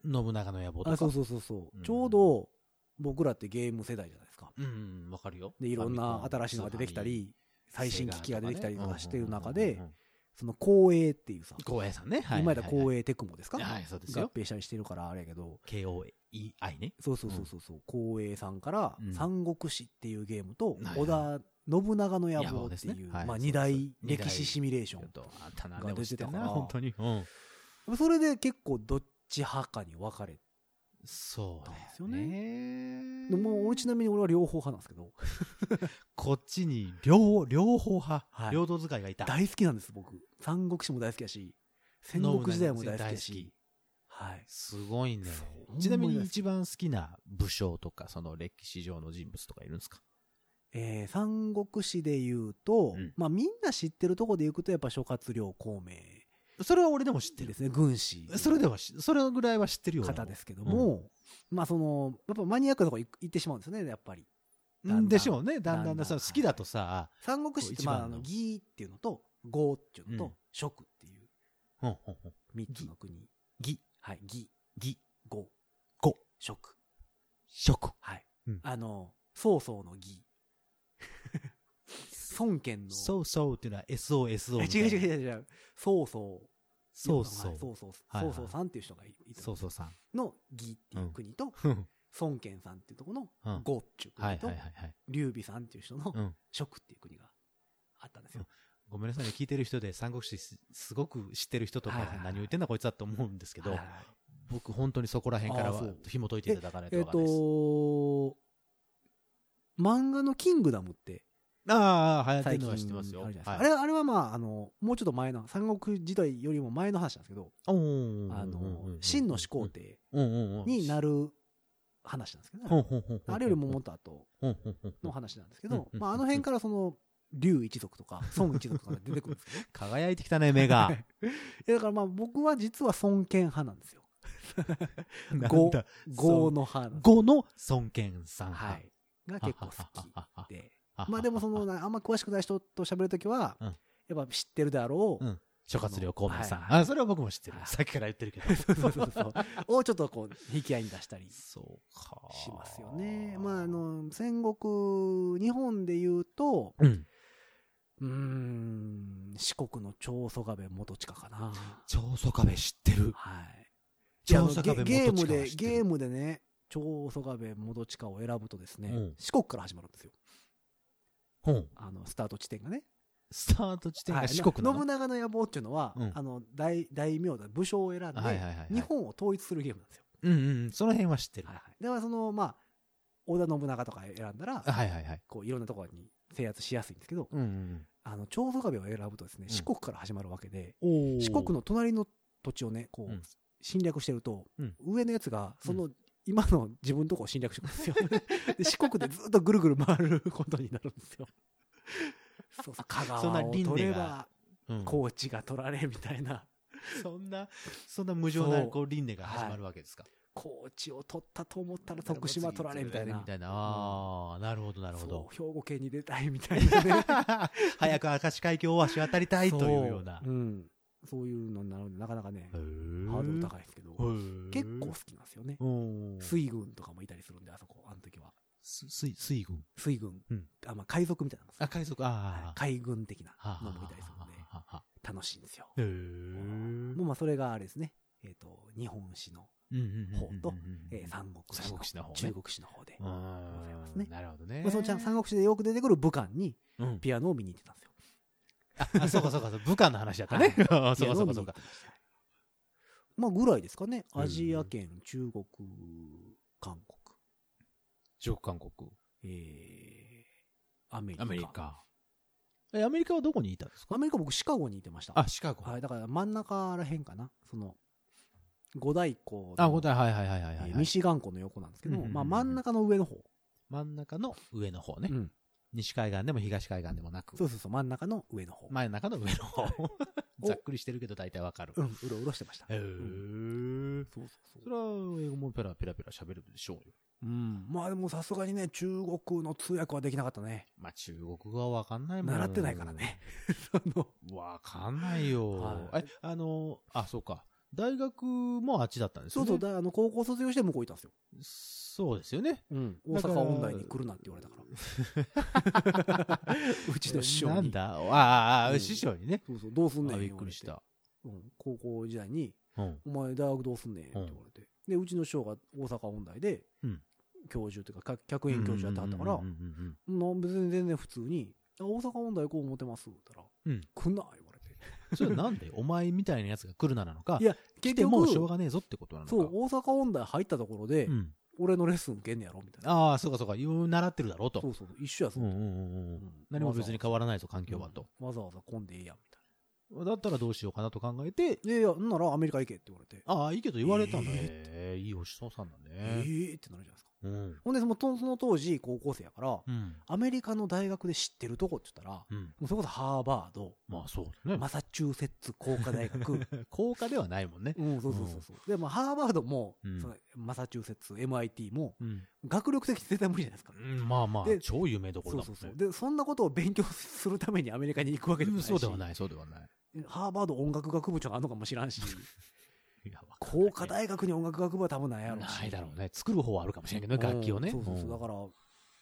信長の野望とか。 そうそうそうそう。ちょうど、僕らってゲーム世代じゃないですか。 わかるよ。 で、いろんな新しいのが出てきたり、最新機器が出てきたりとかしてる中で、その光栄っていうさ。 光栄さんね。 今やったら光栄テクモですか？ はい、そうですよ。 合併したりしてるからあれやけど。 KOEI ね。 そうそうそうそう。光栄さんから、三国志っていうゲームと、織田信長の野望っていう、まあ二大歴史シミュレーションが出てたから、 本当に。 それで結構どっち派かに分かれそうですよね。でも俺ちなみに俺は両方派なんですけど。 こっちに両方派、両道使いがいた。 大好きなんです僕。三国志も大好きだし、戦国時代も大好きだし。はい。 すごいね。ちなみに一番好きな武将とか、その歴史上の人物とかいるんですか？ 三国志で言うと、まあみんな知ってるとこで言うとやっぱ諸葛亮孔明。 それは俺でも知ってるですね、軍師。 それぐらいは知ってるよ。 方ですけども、まあやっぱマニアックなとこ行ってしまうんですよね、やっぱり。 でしょうね、だんだん好きだとさ。 三国志ってまあ義っていうのと、呉っていうのと、蜀っていう。三つの国。 義。 はい、義。呉。蜀。はい。曹操の義。孫権の。 そうっていうのは SOSO。 違う。曹操さんっていう人がいた。 曹操さん。 の義っていう国と、孫権さんっていうところの呉っていう国と、劉備さんっていう人の蜀っていう国があったんですよ。 ごめんなさいね、聞いてる人で三国志すごく知ってる人とか何を言ってんだこいつだと思うんですけど、僕本当にそこら辺からは紐解いていただかないとわかんないです。 漫画のキングダムって、 流行ってるのは知ってますよ。 あれはまあ、もうちょっと前の、三国時代よりも前の話なんですけど、秦の始皇帝になる話なんですけど、あれよりももっと後の話なんですけど、まあ、あの辺から劉一族とか、孫一族とか出てくるんですけど。 輝いてきたね、目が。 だからまあ、僕は実は孫権派なんですよ。呉の派。 呉の孫権さん。 はい。が結構好きで。まあでもあんま詳しくない人と喋るときは、やっぱ知ってるであろう。 諸葛亮孔明さん。それは僕も知ってる。さっきから言ってるけど。 そう。をちょっと引き合いに出したりしますよね。まあ戦国、日本で言うと、四国の長宗我部元親かな。 長宗我部知ってる。 はい。ゲームでね、長宗我部元親を選ぶとですね、四国から始まるんですよ。スタート地点がね。 スタート地点が四国なの？ 信長の野望っていうのは、大名だ、武将を選んで、日本を統一するゲームなんですよ。 その辺は知ってる。 ではまあ、織田信長とか選んだら、いろんなところに制圧しやすいんですけど、長宗我部を選ぶとですね、四国から始まるわけで、四国の隣の土地をね、侵略してると、上のやつが、今の自分のとこを侵略してくるんですよ。で四国でずっとぐるぐる回ることになるんですよ。香川を取れば高知が取られみたいな。 そんな無情な輪廻が始まるわけですか。 高知を取ったと思ったら徳島取られみたいな。 なるほどなるほど。 兵庫県に出たいみたいなね。 早く明石海峡大橋渡りたいというような。 そういうのになるのでなかなかねハードル高いですけど結構好きなんですよね。水軍とかもいたりするんであの時は。 水軍。 海賊みたいな。 海賊。 海軍的なのもいたりするんで楽しいんですよ。まあそれがあれですね。日本史の方と三国史の方、中国史の方でございますね。 なるほどね。 その三国志でよく出てくる武漢にピアノを見に行ってたんですよ。 そうか武漢の話だったね。そうか。 まあぐらいですかね。アジア圏、中国、韓国。アメリカ。 アメリカはどこにいたんですか？ アメリカ僕シカゴにいてました。 シカゴ。 はい、だから真ん中らへんかな。五大湖。ミシガン湖の横なんですけど、まあ真ん中の上の方。 真ん中の上の方ね。西海岸でも東海岸でもなく。 そう、真ん中の上の方。 真ん中の上の方。ざっくりしてるけど大体わかる。 うろうろしてました。 それは英語もペラペラ喋るでしょうよ。 まあでもさすがにね、中国の通訳はできなかったね。 まあ中国語はわかんないもん。 習ってないからね。 わかんないよ。そうか。 大学もあっちだったんですよね。 そうそう、高校卒業して向こう行ったんですよ。 そうですよね。 うん。大阪音大に来るなって言われたから。うちの師匠に。 なんだ師匠にね。 そうそう、どうすんねん。 びっくりした。 高校時代に、お前大学どうすんねんって言われて。で、うちの師匠が大阪音大で、教授というか、客員教授やってはったから、別に全然普通に、大阪音大こう思ってますって言ったら、来んな、言われて。 それなんでお前みたいなやつが来るなのか、 いや、 来てもしょうがねえぞってことなのか。 そう、大阪音大入ったところで、俺のレッスン受けんねやろみたいな。 ああ、そうかそうか、習ってるだろうと。 そうそう、一緒やぞ。 何も別に変わらないぞ、環境はと。 わざわざ混んでええやん、みたいな。だったらどうしようかなと考えて。 いや、ならアメリカ行けって言われて。 ああ、いいけど言われたんだね。いいお師匠さんだね。 ってなるじゃないですか。ほんで、その当時、高校生やから、アメリカの大学で知ってるとこって言ったら、もうそれこそハーバード、 まあそうね。 マサチューセッツ工科大学。 工科ではないもんね。 そう。でも、ハーバードも、マサチューセッツ、MIT も、学力的に絶対無理じゃないですか。 まあまあ、超有名どころだもんね。 で、そんなことを勉強するためにアメリカに行くわけでもないし。 そうではない、そうではない。 ハーバード音楽学部長があるのかもしらんし。工科大学に音楽学部は多分ないやろうし。 ないだろうね。作る方はあるかもしれんけどね、楽器をね。 そう。だから、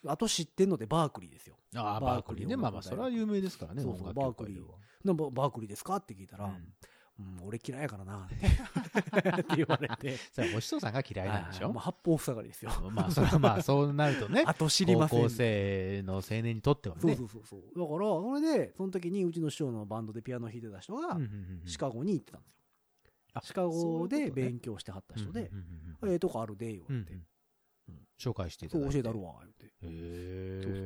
あと知ってんのでバークリーですよ。 ああ、バークリーね。まあまあ、それは有名ですからね、 そうそう、バークリー。バークリーですかって聞いたら、俺嫌いやからなって言われて。 それお師匠さんが嫌いなんでしょ。 八方塞がりですよ。 まあ、それはまあ、そうなるとね。 あと知りません。 高校生の青年にとってはね。 そう。だから、それで、その時にうちの師匠のバンドでピアノ弾いてた人が、シカゴに行ってたんですよ。シカゴで勉強してはった人で、ええとこあるで、言われて。 紹介していただいて。 そう、教えたるわ、言って。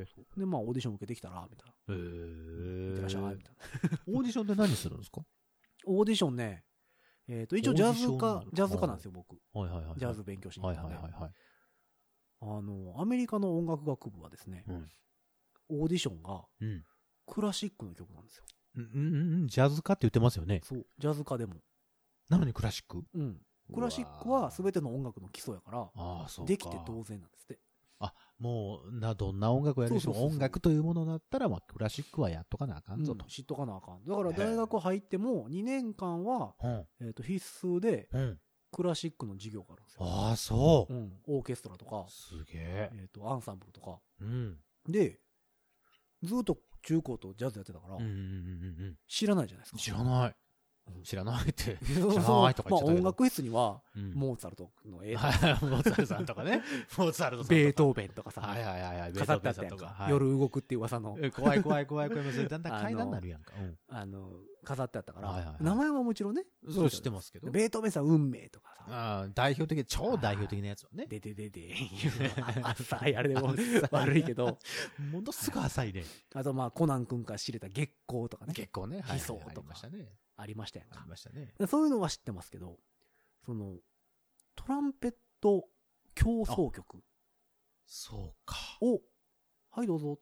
で、まあ、オーディション受けてきたら、みたいな。いってらっしゃい、みたいな。 オーディションって何するんですか？ オーディションね、一応ジャズ科なんですよ、僕。ジャズ勉強しに行ったんで。アメリカの音楽学部はですね、オーディションが、クラシックの曲なんですよ。 ジャズ科って言ってますよね。 そう、ジャズ科でも。 なのにクラシック？ クラシックは全ての音楽の基礎やから、できて当然なんですって。 もう、どんな音楽をやるでしょう。音楽というものだったら、まあ、クラシックはやっとかなあかんぞと。 知っとかなあかん。だから大学入っても、2年間は、必須で、クラシックの授業があるんですよ。 ああ、そう。 オーケストラとか、 すげえ。 アンサンブルとか。で、ずっと中高とジャズやってたから、知らないじゃないですか。 知らない。知らないって。 知らないとか言ってたけど。音楽室には、モーツァルトの映像。モーツァルトさんとかね。モーツァルトさんとか。 ベートーベンとかさ。 飾ってあったやんか。 夜動くっていう噂の。 怖い。だんだん階段になるやんか。 飾ってあったから。名前はもちろんね。 そう知ってますけど。 ベートーベンさん運命とかさ。 超代表的なやつはね。 で。浅いあれでも悪いけど。 ものすごい浅いね。 あとまあ、コナン君から知れた月光とかね。 月光ね。 悲壮とか。ありましたやんか。 ありましたね。 そういうのは知ってますけど、トランペット協奏曲。 そうか。 はいどうぞって。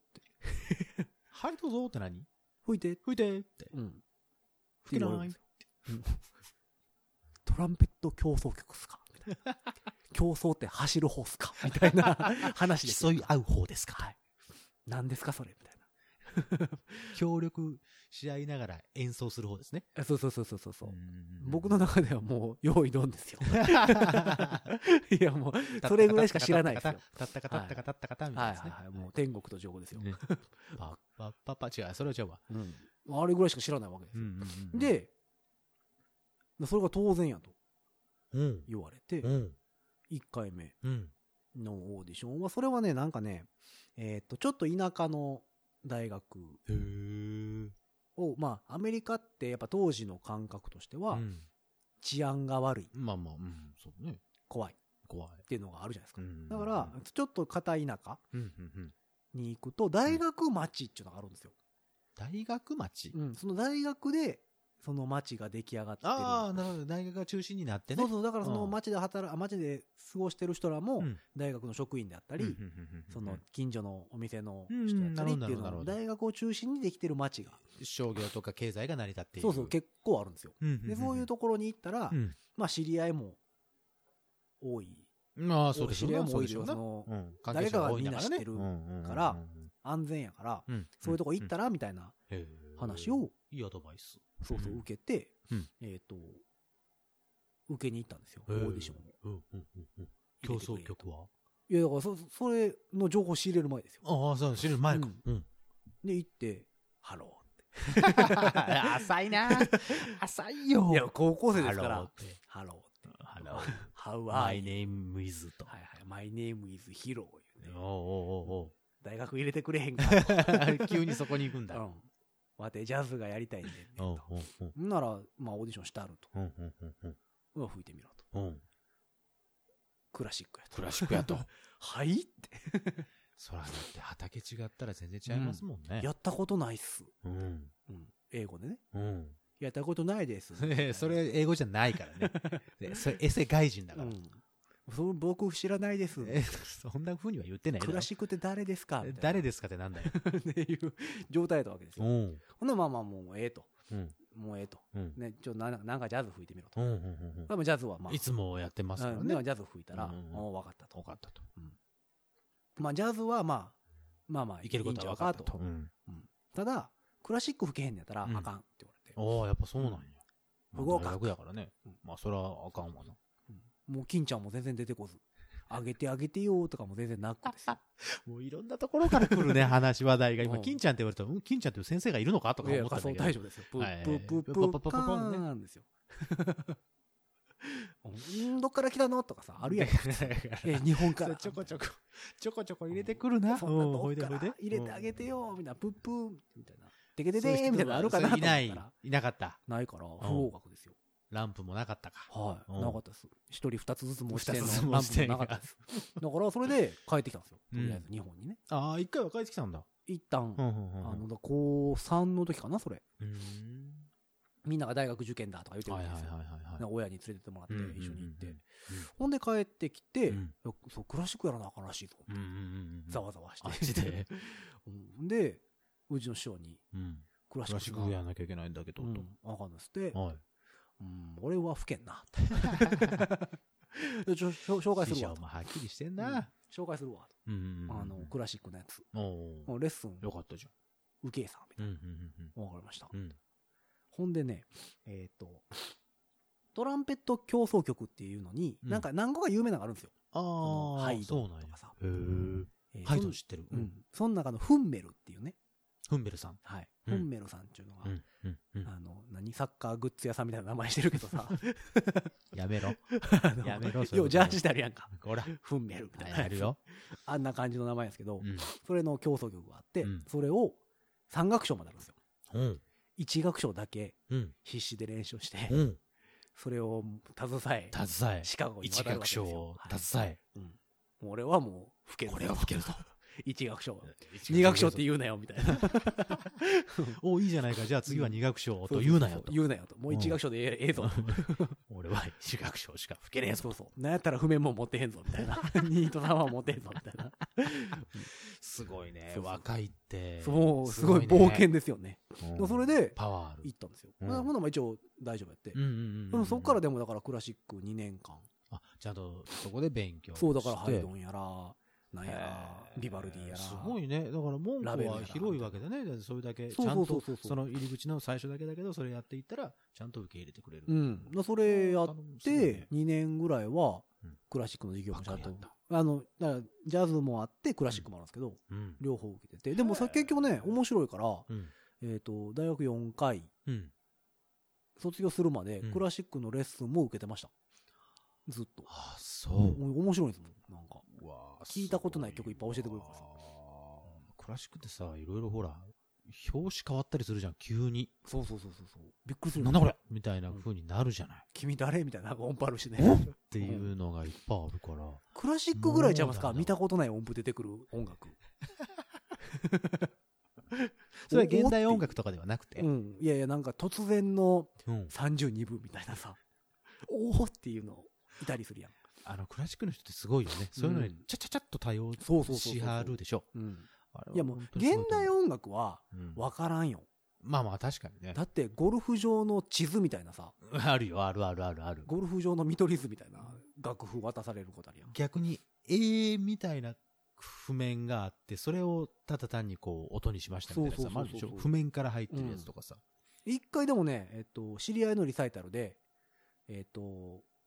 はいどうぞって何？ 吹いてって。 吹けない。 トランペット協奏曲っすかみたいな。競争って走る方っすかみたいな話です。 競い合う方ですか？ はい。何ですかそれみたいな。 協力し合いながら演奏する方ですね。 そう。僕の中ではもう用意ドンですよ。いやもうそれぐらいしか知らないですよ。 たったかみたいなですね。 もう天国と地獄ですよ。 違う、それは違うわ。 あれぐらいしか知らないわけですよ。で、それが当然やと言われて、1回目のオーディションは、それはね、なんかね、ちょっと田舎の大学を、まあ、アメリカってやっぱ当時の感覚としては、治安が悪い。 そうね。 怖い。っていうのがあるじゃないですか。だから、ちょっと片田舎に行くと、大学町っていうのがあるんですよ。 大学町？ その大学で、その町が出来上がってる。 なるほど。大学が中心になってね。 そう。だからその町で過ごしてる人らも、大学の職員であったり、その近所のお店の人だったりっていうのを、大学を中心にできてる町が。 商業とか経済が成り立っている。 そう、結構あるんですよ。で、そういうところに行ったら、まあ知り合いも多い。 そうですよね。 知り合いも多いですよ。誰かがみんな知ってるから、安全やから、そういうとこ行ったらみたいな話を、 いいアドバイス。 受けて、 受けに行ったんですよ、オーディションを。 競争曲は？ いや、だからそれの情報仕入れる前ですよ。 ああ、そう、仕入れる前か。 で、行って、ハローって。 浅いな。浅いよ。 いや、高校生ですから。ハローって。 ハロー。 How are My name is と。 はいはい。My name is Hiro 言うね。 お大学入れてくれへんか。 急にそこに行くんだ。 わて、ジャズがやりたいんで。なら、まあ、オーディションしてあると。吹いてみろと。クラシックやと。 クラシックやと。 はいって。 そらだって畑違ったら全然違いますもんね。 やったことないっす。英語でね。やったことないです。 それ英語じゃないからね。それエセ外人だから。 僕知らないです。 そんな風には言ってないよ。 クラシックって誰ですか？ 誰ですかってなんだよ。 っていう状態だったわけですよ。ほんでまあまあもうええと。もうええと。ね、なんかジャズ吹いてみろと。多分ジャズはまあ。 いつもやってますからね。 ジャズ吹いたら、分かったと。 分かったと。 まあジャズはまあいけることは分かったと。 ただ、クラシック吹けへんのやったらあかんって言われて。 ああ、やっぱそうなんや。 不合格やからね。まあそれはあかんわな。 もう金ちゃんも全然出てこず。あげてあげてよとかも全然なくですよ。 もういろんなところから来るね、話話題が。今、金ちゃんって言われたら、金ちゃんっていう先生がいるのかとか思ったんだけど。 大丈夫ですよ。プープープーカーンですよ。どっから来たのとかさ、あるやん。日本から。 ちょこちょこ入れてくるな。 ほいで入れてあげてよみたいな、プープーみたいな。てけててみたいなのあるかなと思ったら。 いなかった。 ないから、不合格ですよ。 ランプもなかったか。 はい。なかったです。一人二つずつ持ち点のランプもなかったです。だから、それで帰ってきたんですよ。とりあえず、日本にね。 ああ、一回は帰ってきたんだ。 一旦、高3の時かな、それ。みんなが大学受験だとか言ってるんですよ。親に連れてってもらって、一緒に行って。ほんで帰ってきて、そう、クラシックやらなあかんらしいぞ。ざわざわして。で、うちの師匠に、 クラシックやらなきゃいけないんだけど、 あかんですって。俺は吹けんな。紹介するわ。 はっきりしてんな。 紹介するわ。クラシックのやつ。レッスン。 よかったじゃん。 受けさ、みたいな。わかりました。ほんでね、トランペット競争曲っていうのに、なんか何個か有名なのがあるんですよ。ハイドとかさ。 ハイド知ってる。 その中のフンメルっていうね。 フンメルさん。 はい。フンメルさんっていうのが、サッカーグッズ屋さんみたいな名前してるけどさ。 やめろ。やめろ。 ようジャージしてあるやんか。 ほら。 フンメルみたいな。 やるよ。 あんな感じの名前ですけど、それの競争曲があって、それを3楽章まであるんですよ。1楽章だけ必死で練習して、それを携え、シカゴに渡るわけですよ。 1楽章を携え。 俺はもう吹ける。 これは吹けると。 1楽章。2楽章って言うなよ、みたいな。 お、いいじゃないか。じゃあ次は2楽章と言うなよと。 言うなよと。もう1楽章でええぞ。 俺は1楽章しか吹けねえぞ。 そうそう。なんやったら譜面も持ってへんぞ、みたいな。2と3は持ってへんぞ、みたいな。 すごいね。若いって。 そう、すごい冒険ですよね。それで、 パワーある。 行ったんですよ。ほんなら一応大丈夫やって。そこからでもだからクラシック2年間。 あ、ちゃんとそこで勉強して。 そう、だからハイドンやら、なんやら、ビバルディやら。 すごいね。だから門戸は広いわけだね。それだけ、ちゃんと、その入り口の最初だけだけど、それやっていったら、ちゃんと受け入れてくれる。 それやって、2年ぐらいは、クラシックの授業もちゃんと。だからジャズもあって、クラシックもあるんですけど、両方受けてて。でも結局ね、面白いから、大学4回、卒業するまで、クラシックのレッスンも受けてました。ずっと。 あ、そう。 面白いですもん、なんか。聞いたことない曲いっぱい教えてくれるからさ。 クラシックってさ、いろいろほら、表紙変わったりするじゃん、急に。 そう。びっくりする。 なんだこれみたいな風になるじゃない。 君誰みたいな音符あるしね。 っていうのがいっぱいあるから。 クラシックぐらいちゃいますか？見たことない音符出てくる音楽。 それは現代音楽とかではなくて。 いや、なんか突然の32分みたいなさ、おーっていうのいたりするやん。 クラシックの人ってすごいよね。そういうのにちゃちゃっと対応しはるでしょ。いやもう、現代音楽はわからんよ。まあまあ確かにね。 だってゴルフ場の地図みたいなさ。 あるよ、ある。 ゴルフ場の見取り図みたいな楽譜渡されることあるやん。 逆に、みたいな譜面があって、それをただ単にこう音にしましたみたいなさ、譜面から入ってるやつとかさ。 一回でもね、知り合いのリサイタルで、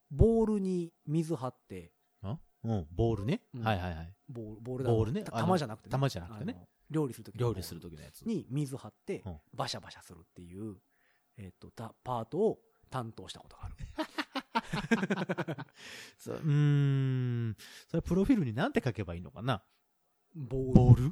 ボールに水張って、 ボールね。はいはいはい。 ボールね。 玉じゃなくてね。 玉じゃなくてね。 料理するときのやつ。 に水張って、バシャバシャするっていう、パートを担当したことがある。 それプロフィールになんて書けばいいのかな。 ボール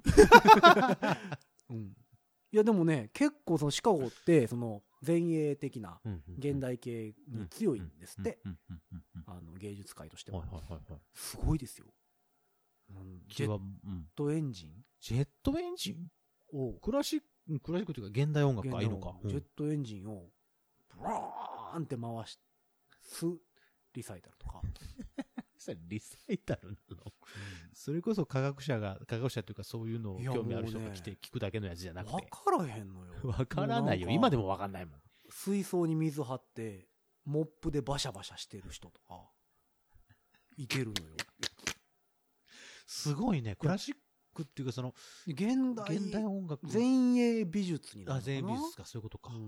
いやでもね、結構そのシカゴってその前衛的な現代系に強いんですって。芸術界としては。すごいですよ。ジェットエンジンをクラシックというか現代音楽がいいのか。 ジェットエンジンをブラーンって回すリサイタルとか。 それリサイタルなの、それこそ科学者というかそういうのを興味ある人が来て聞くだけのやつじゃなくて。 わからへんのよ。 わからないよ。今でもわかんないもん。 水槽に水張ってモップでバシャバシャしてる人とかいてるのよ。 すごいね。クラシックっていうかその現代音楽、前衛美術になるのかな。 前衛美術か、そういうことか。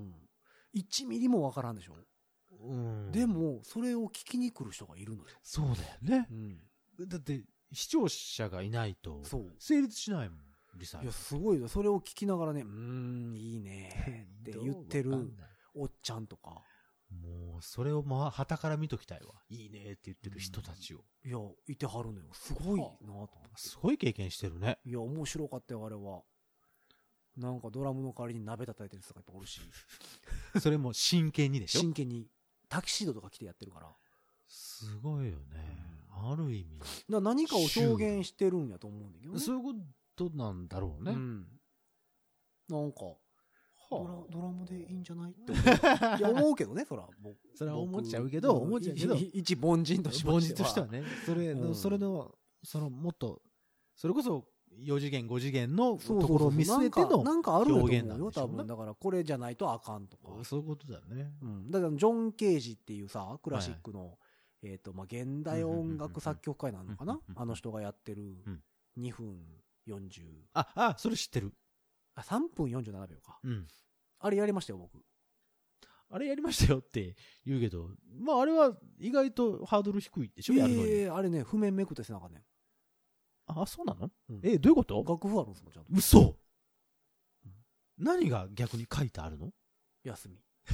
1ミリもわからんでしょ。でもそれを聞きに来る人がいるのよ。 そうだよね。だって視聴者がいないと成立しないもん。リサイタル。いやすごいよ。それを聞きながらね、いいねって言ってるおっちゃんとか。 もうそれを旗から見ときたいわ。いいねって言ってる人たちを。 いやいてはるのよ。すごいなと思って。 すごい経験してるね。 いや面白かったよあれは。なんかドラムの代わりに鍋叩いてる人がいっぱいおるし。 それも真剣にでしょ。 真剣に。タキシードとか着てやってるから。 すごいよね。ある意味。 何かを表現してるんやと思うんだけどね。 そういうことなんだろうね。 なんか、ドラムでいいんじゃないって思うけどね、そら思っちゃうけど、 一凡人としてはね。それの、もっと、それこそ、4次元、5次元のところを見据えての表現なんでしょうね。多分だからこれじゃないとあかんとか。 そういうことだよね。 だからジョン・ケージっていうさ、クラシックの、現代音楽作曲家なのかな、あの人がやってる2分40。 それ知ってる。 3分47秒か。あれやりましたよ、僕。 あれやりましたよって言うけど、あれは意外とハードル低いでしょ、やるのに。 あれね、譜面めくってせなあかんねん。 そうなの？どういうこと？ 楽譜あるんですもん、ちゃんと。 嘘！何が逆に書いてあるの？ 休み。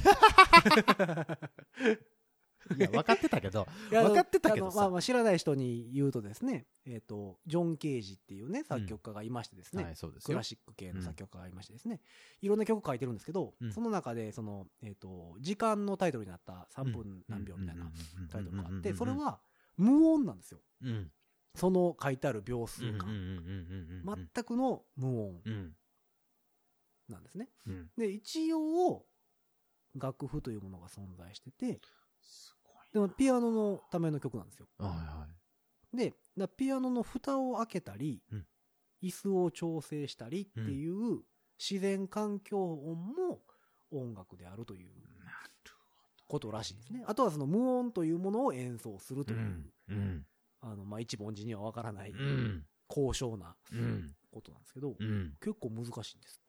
いや、分かってたけどさ。 知らない人に言うとですね、ジョン・ケージっていうね、作曲家がいましてですね、クラシック系の作曲家がいましてですね、いろんな曲書いてるんですけど、その中で、時間のタイトルになった3分何秒みたいなタイトルがあって、それは無音なんですよ。その書いてある秒数が。全くの無音なんですね。で、一応、楽譜というものが存在してて、でもピアノのための曲なんですよ。で、ピアノの蓋を開けたり、椅子を調整したりっていう自然環境音も音楽であるということらしいですね。あとはその無音というものを演奏するという、一凡人にはわからない高尚なことなんですけど、結構難しいんですって。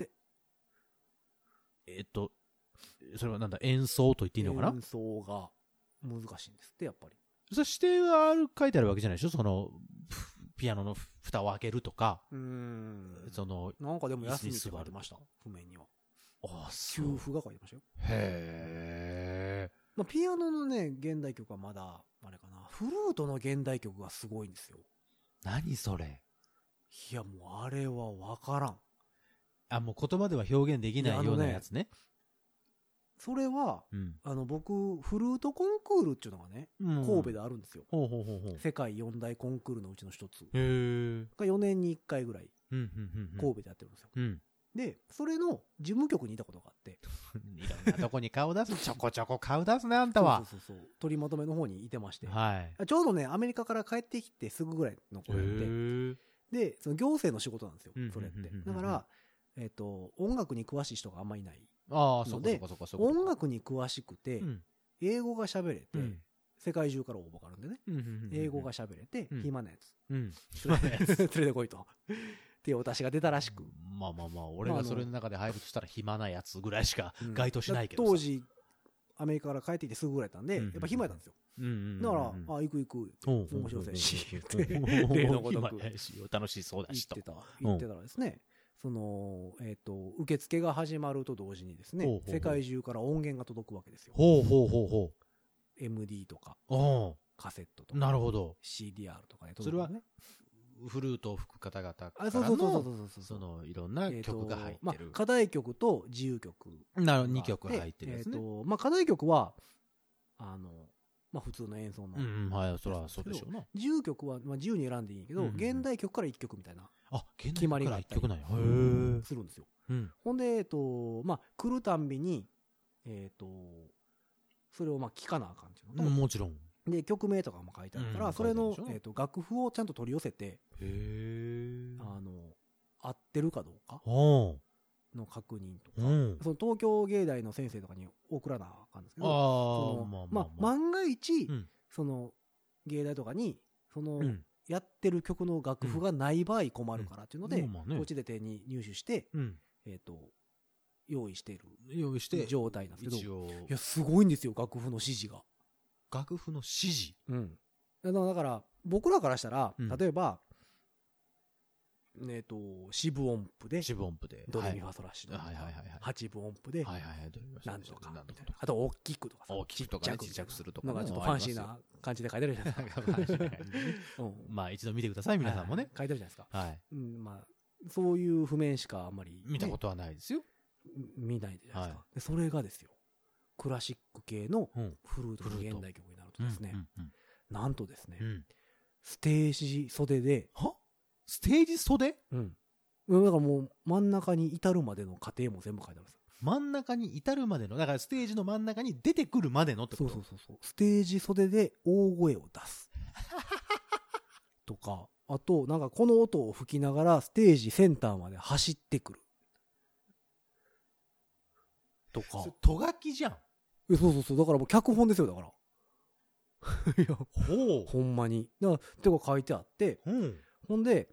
それはなんだ、演奏と言っていいのかな？ 演奏が難しいんですって、やっぱり。 それ指定が書いてあるわけじゃないでしょ？その、ピアノの蓋を開けるとか。 なんかでも休みって書いてました、譜面には。休符が書いてましたよ。 へー。ピアノのね、現代曲はまだ、あれかな、フルートの現代曲がすごいんですよ。 何それ？ いや、もうあれはわからん。 もう言葉では表現できないようなやつね。 それは、僕、フルートコンクールっていうのがね、神戸であるんですよ。世界4大コンクールのうちの一つ。が4年に1回ぐらい、神戸でやってるんですよ。で、それの事務局にいたことがあって。 いろんなとこに顔出す。ちょこちょこ顔出すね、あんたは。 そう。取りまとめの方にいてまして。 はい。 ちょうどね、アメリカから帰ってきてすぐぐらいの頃で。で、その行政の仕事なんですよ、それって。だから、音楽に詳しい人があんまりいない。ので、音楽に詳しくて、英語が喋れて、世界中から応募があるんでね、英語が喋れて、暇なやつ。連れてこいと。っていうお達しが出たらしく。 俺がそれの中で入るとしたら暇なやつぐらいしか該当しないけど。 当時、 アメリカから帰ってきてすぐぐらいだったんで、やっぱ暇やったんですよ。だから、行く行く、面白そうやし、言って、例のごとく。 楽しそうだしと。 言ってたらですね、受付が始まると同時にですね、世界中から音源が届くわけですよ。MD とか、カセットとか、 なるほど。 CDR とかね、 それは、フルートを吹く方々からの、その、いろんな曲が入ってる。 課題曲と自由曲。 なるほど、2曲入ってるやつね。 課題曲は、普通の演奏の。 はい、それはそうでしょうな。 自由曲は、自由に選んでいいけど、現代曲から1曲みたいな。決まりがあったりするんですよ。ほんで、来るたんびに、それを聴かなあかんっていうのと、 もちろん。 で、曲名とかも書いてあるから、それの楽譜をちゃんと取り寄せて、合ってるかどうかの確認とか、その東京芸大の先生とかに送らなあかんですけど、万が一、その芸大とかに、その、やってる曲の楽譜がない場合困るからっていうので、こっちで手に入手して、用意している状態なんですけど、いや、すごいんですよ、楽譜の指示が。 楽譜の指示？ だから、僕らからしたら、例えば、四分音符で、ドレミファソラシドとか、八分音符で、なんとか、あと大きくとかさ、 ちっちゃくするとか、 なんかちょっとファンシーな感じで書いてあるじゃないですか。 まあ一度見てください、皆さんもね。 書いてあるじゃないですか。そういう譜面しかあんまり見たことはないですよ。 見ないじゃないですか。それがですよ、クラシック系のフルートの現代曲になるとですね、なんとですね、ステージ袖で、 ステージ袖？ だからもう真ん中に至るまでの過程も全部書いてあるんですよ。 真ん中に至るまでの、だからステージの真ん中に出てくるまでのってこと？ そう。ステージ袖で大声を出す。とか、あと、なんかこの音を吹きながらステージセンターまで走ってくる。とか。 とがきじゃん。 そう。だからもう脚本ですよ、だから。いや、ほんまに。だから、てか書いてあって、ほんで、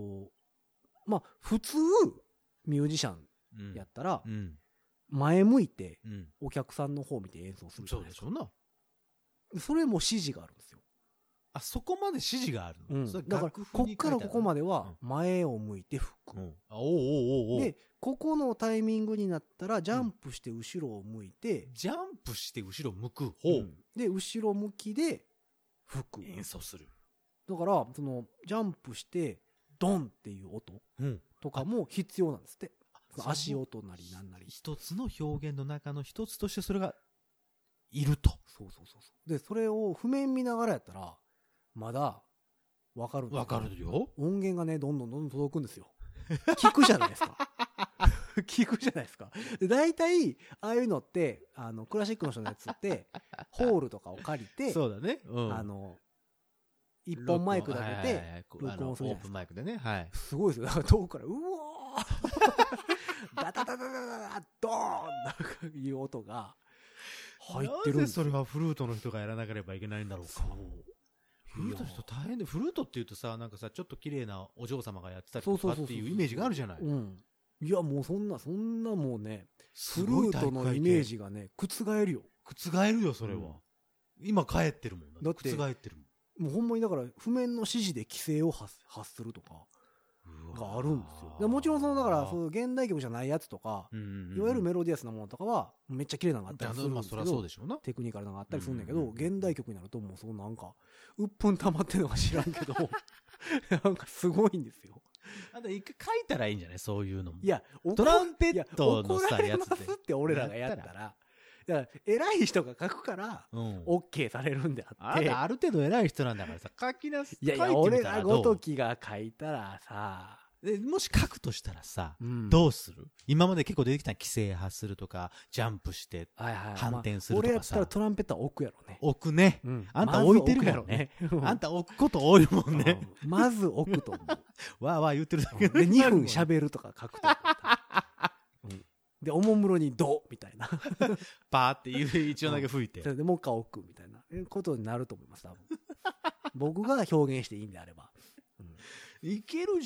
普通、ミュージシャンやったら、前向いて、お客さんの方見て演奏するじゃないですか。 そうでしょうな。 それも指示があるんですよ。 そこまで指示があるの？ だから、こっからここまでは、前を向いて吹く。で、ここのタイミングになったら、ジャンプして後ろを向いて、 ジャンプして後ろ向く。 で、後ろ向きで吹く。 演奏する。 だから、その、ジャンプして、ドンっていう音とかも必要なんですって。足音なりなんなり。 一つの表現の中の一つとしてそれがいると。 そう。で、それを譜面見ながらやったら、まだ、わかるんですよ。 わかるよ。 音源がね、どんどん届くんですよ。聞くじゃないですか。で、大体、ああいうのって、クラシックの人のやつって、ホールとかを借りて、 そうだね。 一本マイクだけで、録音するじゃないですか。 オープンマイクでね。はい。 すごいですよ。だから遠くから、うおーダダダダダダドーンなんかいう音が入ってるんですよ。 なぜそれはフルートの人がやらなければいけないんだろうか。そう。フルートの人大変で、フルートって言うとさ、なんかさ、ちょっと綺麗なお嬢様がやってたりとかっていうイメージがあるじゃない。 いや、もうそんなもうね、フルートのイメージがね、覆るよ。 覆るよ、それは。今帰ってるもんだって。覆ってるもん。 もうほんまにだから、譜面の指示で規制を発するとか、があるんですよ。でもちろんだから、そういう現代曲じゃないやつとか、いわゆるメロディアスなものとかは、めっちゃ綺麗なのがあったりするんですけど、テクニカルなのがあったりするんだけど、現代曲になるともうそうなんか、うっぷん溜まってるのか知らんけど、なんかすごいんですよ。 あと一回書いたらいいんじゃない？そういうのも。 いや、 トランペットのさ、やつで。 怒られますって俺らがやったら、だから偉い人が書くから、OK されるんであって。 ある程度偉い人なんだからさ、書きなす。 いや、俺らごときが書いたらさ、 もし書くとしたらさ、どうする？今まで結構出てきた規制発するとか、ジャンプして、反転するとかさ。 俺やったらトランペットは置くやろね。 置くね。あんた置いてるやろね。あんた置くこと多いもんね。 まず置くと思う。 わーわー言ってるだけで、2分喋るとか書くと思う。で、おもむろにドみたいな。 パーって一応だけ吹いて。 で、もう一回置くみたいなことになると思います、多分。僕が表現していいんであれば。 いけるじゃん。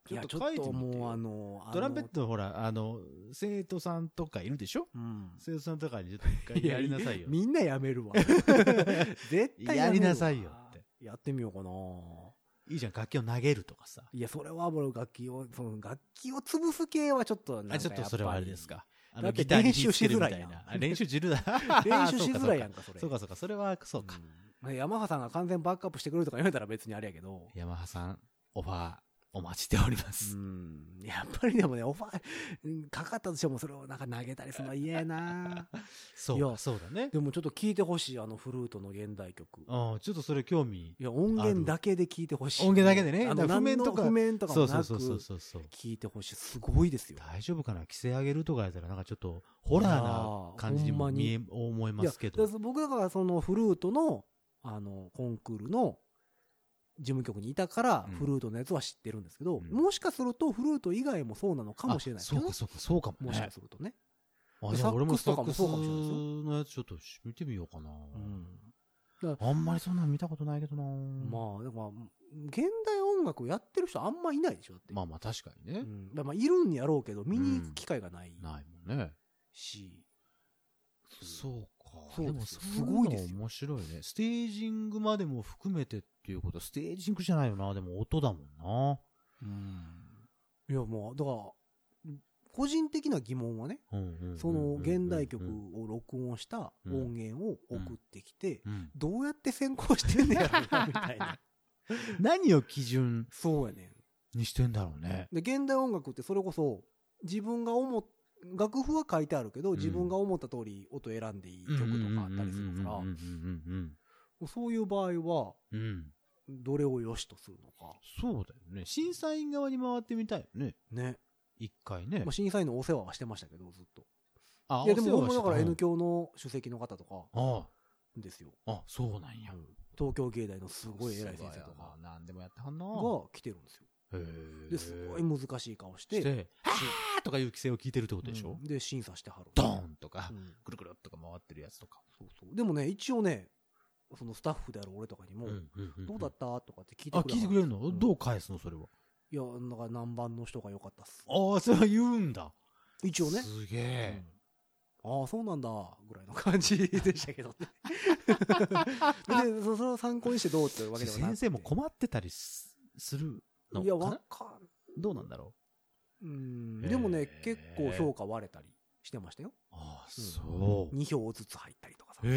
ちょっと書いてみてよ。トランペットのほら、生徒さんとかいるでしょ、生徒さんとかにちょっと一回やりなさいよ。 みんなやめるわ。絶対やりなさいよって。 やってみようかな。 いいじゃん、楽器を投げるとかさ。 いや、それは俺楽器を潰す系はちょっとなんかちょっとそれはあれですか。 だって練習しづらいやん。 練習しづらい。 練習しづらいやんか、それ。 そうかそうか、それはそうか。 ヤマハさんが完全バックアップしてくれるとか言われたら別にあれやけど。 ヤマハさん、オファーお待ちしております。 やっぱりでもね、オファーかかったとしてもそれをなんか投げたりするのは嫌やな。 そうだね。 でもちょっと聞いてほしい、フルートの現代曲。 ちょっとそれ興味。 いや、音源だけで聞いてほしい。 音源だけでね。 譜面とかもなくそう聞いてほしい。すごいですよ。 大丈夫かな、規制上げるとかやったらなんかちょっとホラーな感じにも思いますけど。 僕だからそのフルートのコンクールの事務局にいたからフルートのやつは知ってるんですけど、もしかするとフルート以外もそうなのかもしれないけど、 そうかもね。 もしかするとね。 じゃあ俺もサックスのやつちょっと見てみようかな。あんまりそんなの見たことないけどな。 まあだから現代音楽をやってる人あんまいないでしょ。だってまあ確かにね。 まあいるんやろうけど見に行く機会がない。 ないもんね。 し、 そうか。 でもすごいですよ。面白いね。ステージングまでも含めてっていうことはステージングじゃないよな。でも音だもんな。いやもうだから個人的な疑問はね、その現代曲を録音した音源を送ってきて、どうやって選考してんねやろなみたいな。 何を基準そうやねんにしてんだろうね。 で現代音楽ってそれこそ自分が楽譜は書いてあるけど、自分が思った通り音選んでいい曲とかあったりするから、そういう場合はどれを良しとするのか。 そうだよね。審査員側に回ってみたいよね。 ね。 一回ね。 審査員のお世話はしてましたけど、ずっと。いやでもだから N 響の主席の方とかですよ。 そうなんや。 東京芸大のすごい偉い先生とか何でもやってはんなが来てるんですよ。ですごい難しい顔して、 はーとかいう規制を聞いてるってことでしょ。 で審査してはる。 ドーンとかくるくるとか回ってるやつとか。 でもね、一応ね、そのスタッフである俺とかにもどうだったとかって聞いてくれる。 聞いてくれるの？どう返すのそれは。 いや、なんか何番の人が良かったっす。 それは言うんだ。 一応ね。 すげえ。 そうなんだぐらいの感じでしたけどね。でそれを参考にしてどうってわけではない。 先生も困ってたりするのかな。 いや、わかん。 どうなんだろう。でもね、結構評価割れたりしてましたよ。 そう。 2票ずつ入ったりとかさ。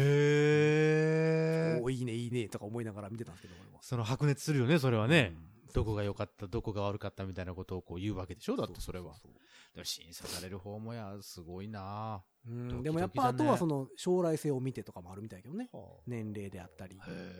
いいねいいねとか思いながら見てたんですけど、俺は。 その白熱するよね、それはね。どこが良かった、どこが悪かったみたいなことをこう言うわけでしょ。だってそれは。でも審査される方もすごいな。 でもやっぱあとはその将来性を見てとかもあるみたいけどね。年齢であったり。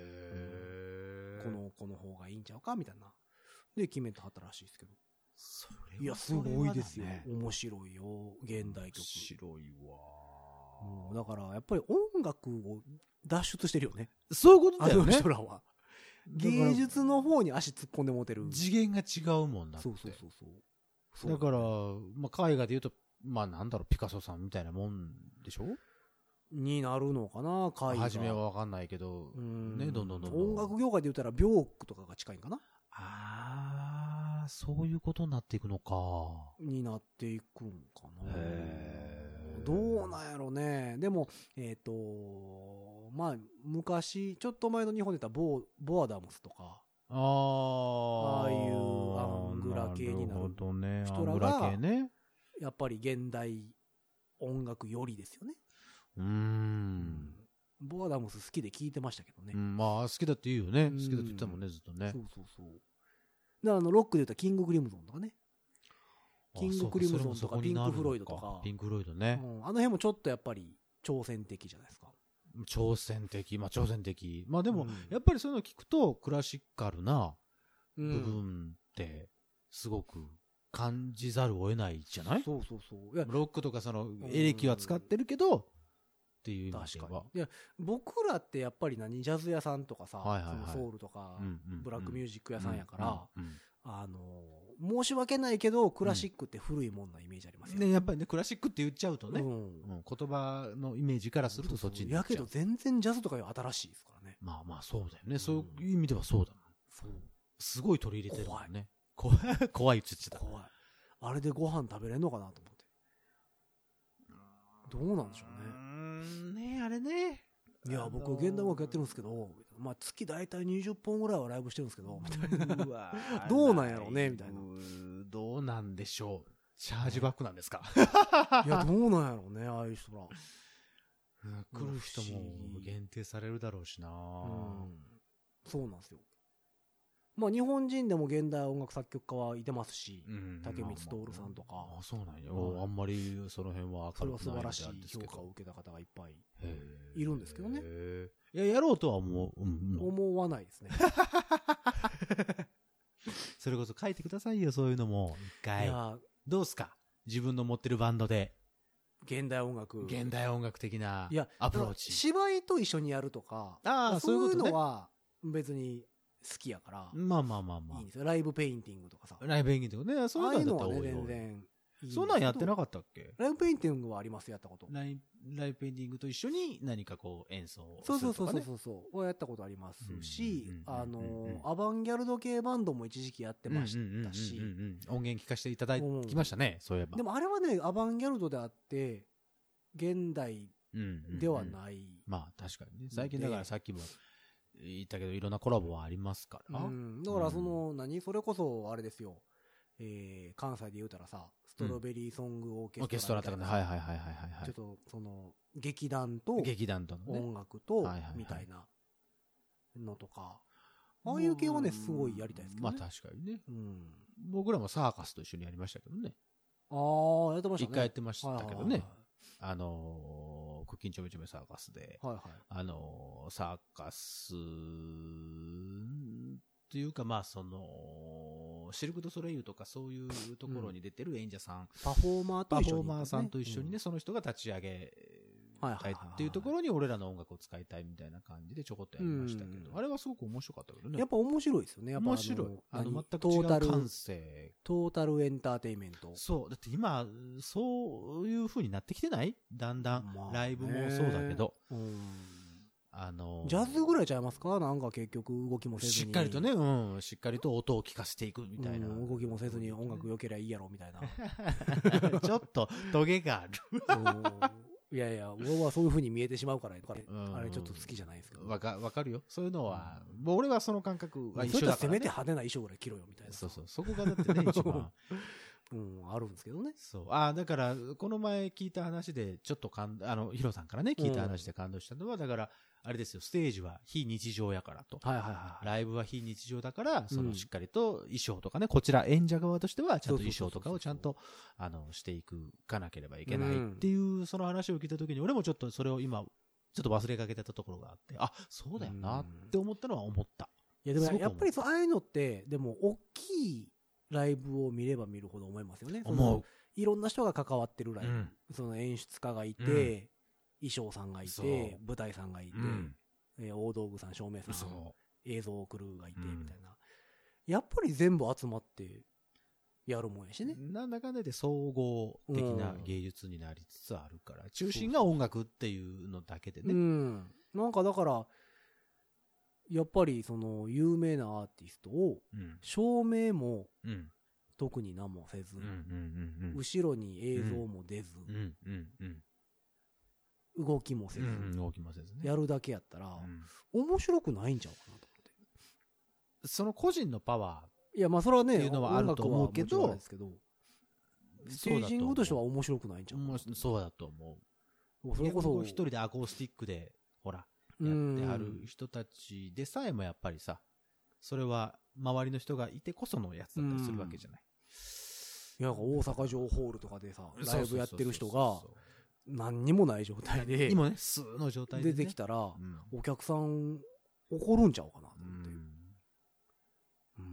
この方がいいんちゃうかみたいな。で決めてはったらしいですけど。いや、すごいですよ。面白いよ、現代曲。面白いわ。 だからやっぱり音楽を脱出してるよね。 そういうことだよね。 人らは。芸術の方に足突っ込んで持てる。 次元が違うもんだって。そうだから、絵画で言うと、なんだろう、ピカソさんみたいなもんでしょになるのかな、絵画。 初めは分かんないけど、ね、どんどん。 音楽業界で言ったら、ビョークとかが近いんかな。 そういうことになっていくのか。 になっていくんかな。どうなんやろね。でも、昔、ちょっと前の日本で言ったボアダムスとか、ああいうアングラ系になる人らが、やっぱり現代音楽よりですよね。ボアダムス好きで聴いてましたけどね。 好きだって言うよね。好きだって言ったもんね、ずっとね。 そう。だからロックで言ったらキングクリムゾンとかね。キングクリムゾンとかピンクフロイドとか。 ピンクフロイドね。 あの辺もちょっとやっぱり挑戦的じゃないですか。 挑戦的。でも、やっぱりそういうの聞くと、クラシックルな部分って、すごく感じざるを得ないじゃない？ そう。 ロックとかその、エレキは使ってるけど、っていう意味では。 いや、僕らってやっぱりジャズ屋さんとかさ、ソウルとか、ブラックミュージック屋さんやから、申し訳ないけど、クラシックって古いもんなイメージありますよね。 やっぱりね、クラシックって言っちゃうとね、言葉のイメージからするとそっちに。 やけど全然ジャズとかより新しいですからね。 そうだよね。そういう意味ではそうだもん。すごい取り入れてるもんね。 怖いって言ってた。 怖い。あれでご飯食べれんのかなと思って。どうなんでしょうね。 ねあれね。 いや、僕、現代音楽やってるんですけど、まあ、月大体20本ぐらいはライブしてるんですけど、みたいな。どうなんやろうね、みたいな。 どうなんでしょう。チャージバックなんですか。 いや、どうなんやろうね、ああいう人ら。 来る人も限定されるだろうしな、 そうなんですよ。まあ日本人でも現代音楽作曲家はいてますし、竹光徹さんとか。 あ、そうなんや。あんまりその辺はそれは素晴らしい評価を受けた方がいっぱいいるんですけどね。 いや、やろうとは思わないですね。 それこそ書いてくださいよ、そういうのも。一回。どうすか自分の持ってるバンドで。現代音楽的なアプローチ。 芝居と一緒にやるとか、そういうのは別に好きやから。 まあ。 いいんですよ。ライブペインティングとかさ。 ライブペインティングね。そういうのはね、全然。そんなんやってなかったっけ？ ライブペインティングはあります、やったこと。 ライブペインティングと一緒に何かこう演奏するとかね。そう。やったことありますし、アバンギャルド系バンドも一時期やってましたし。 音源聞かせていただきましたね、そういえば。 でもあれはね、アバンギャルドであって、現代ではない。 まあ確かにね。最近だからさっきも言ったけど、いろんなコラボはありますから。 だからそれこそあれですよ。関西で言うたらさ、ストロベリーソングオーケストラみたいな。 はい。 ちょっと劇団と音楽とみたいなのとか、ああいう系はねすごいやりたいですけどね。 まあ確かにね。僕らもサーカスと一緒にやりましたけどね。 ああ、やってましたね。 一回やってましたけどね。クッキンちょめちょめサーカスで、サーカスというか、まあシルク・ドゥ・ソレイユとかそういうところに出てる演者さん、 パフォーマーさんと一緒にね、その人が立ち上げたいっていうところに俺らの音楽を使いたいみたいな感じでちょこっとやりましたけど、あれはすごく面白かったけどね。 やっぱ面白いですよね。やっぱ面白い。全く違う感性。 トータルエンターテイメント。 そう。だって今、そういう風になってきてない？だんだん。ライブもそうだけど。 ジャズぐらいちゃいますか？なんか結局動きもせずに。 しっかりとね、しっかりと音を聞かせていくみたいな。 動きもせずに音楽良けりゃいいやろみたいな。 ちょっとトゲがある。 いやいや、俺はそういう風に見えてしまうから、あれちょっと好きじゃないですけど。 わかるよ。そういうのは、俺はその感覚は一緒だから、ね。 せめて派手な衣装ぐらい着ろよみたいな。 そう。そこがだってね、一番。 あるんですけどね。 そう。だから、この前聞いた話で、ちょっとヒロさんからね、聞いた話で感動したのは、だから、あれですよ、ステージは非日常やからと。ライブは非日常だから、しっかりと衣装とかね、こちら演者側としては、ちゃんと衣装とかをちゃんと、していかなければいけないっていう、その話を聞いたときに、俺もちょっとそれを今、ちょっと忘れかけてたところがあって、あ、そうだよなって思ったのは思った。 いや、でもやっぱりああいうのって、でも、大きいライブを見れば見るほど思いますよね。 思う。 いろんな人が関わってるライブ。その演出家がいて、衣装さんがいて、舞台さんがいて、大道具さん、照明さん、映像クルーがいて、みたいな。やっぱり全部集まってやるもんやしね。 なんだかんだで総合的な芸術になりつつあるから、中心が音楽っていうのだけでね。 なんかだから、やっぱり有名なアーティストを、照明も特に何もせず、後ろに映像も出ず、動きもせず、やるだけやったら、面白くないんちゃうかなと思って。 その個人のパワー。 いや、まあそれはね、 っていうのはあると思うけど、 ステージングとしては面白くないんちゃう？ そうだと思う。 それこそ一人でアコースティックで、ほら、やってある人たちでさえもやっぱりさ、それは周りの人がいてこそのやつだったりするわけじゃない。 いや、大阪城ホールとかでさ、ライブやってる人が、何にもない状態で、 今ね、素の状態で出てきたら、お客さん怒るんちゃうかなと思って。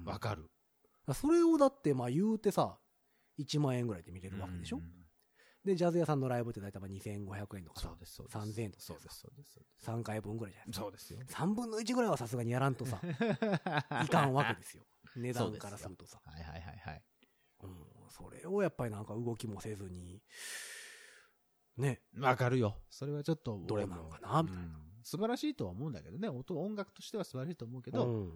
わかる。 それをだって、まあ言うてさ、1万円ぐらいで見れるわけでしょ？で、ジャズ屋さんのライブって大体2500円とかさ、3000円とかさ、3回分ぐらいじゃないですか。 そうですよ。 3分の1ぐらいはさすがにやらんとさ、いかんわけですよ。値段からするとさ。それをやっぱりなんか動きもせずに、ね。 わかるよ。それはちょっと、 どうなのかなみたいな。 素晴らしいとは思うんだけどね。音楽としては素晴らしいと思うけど、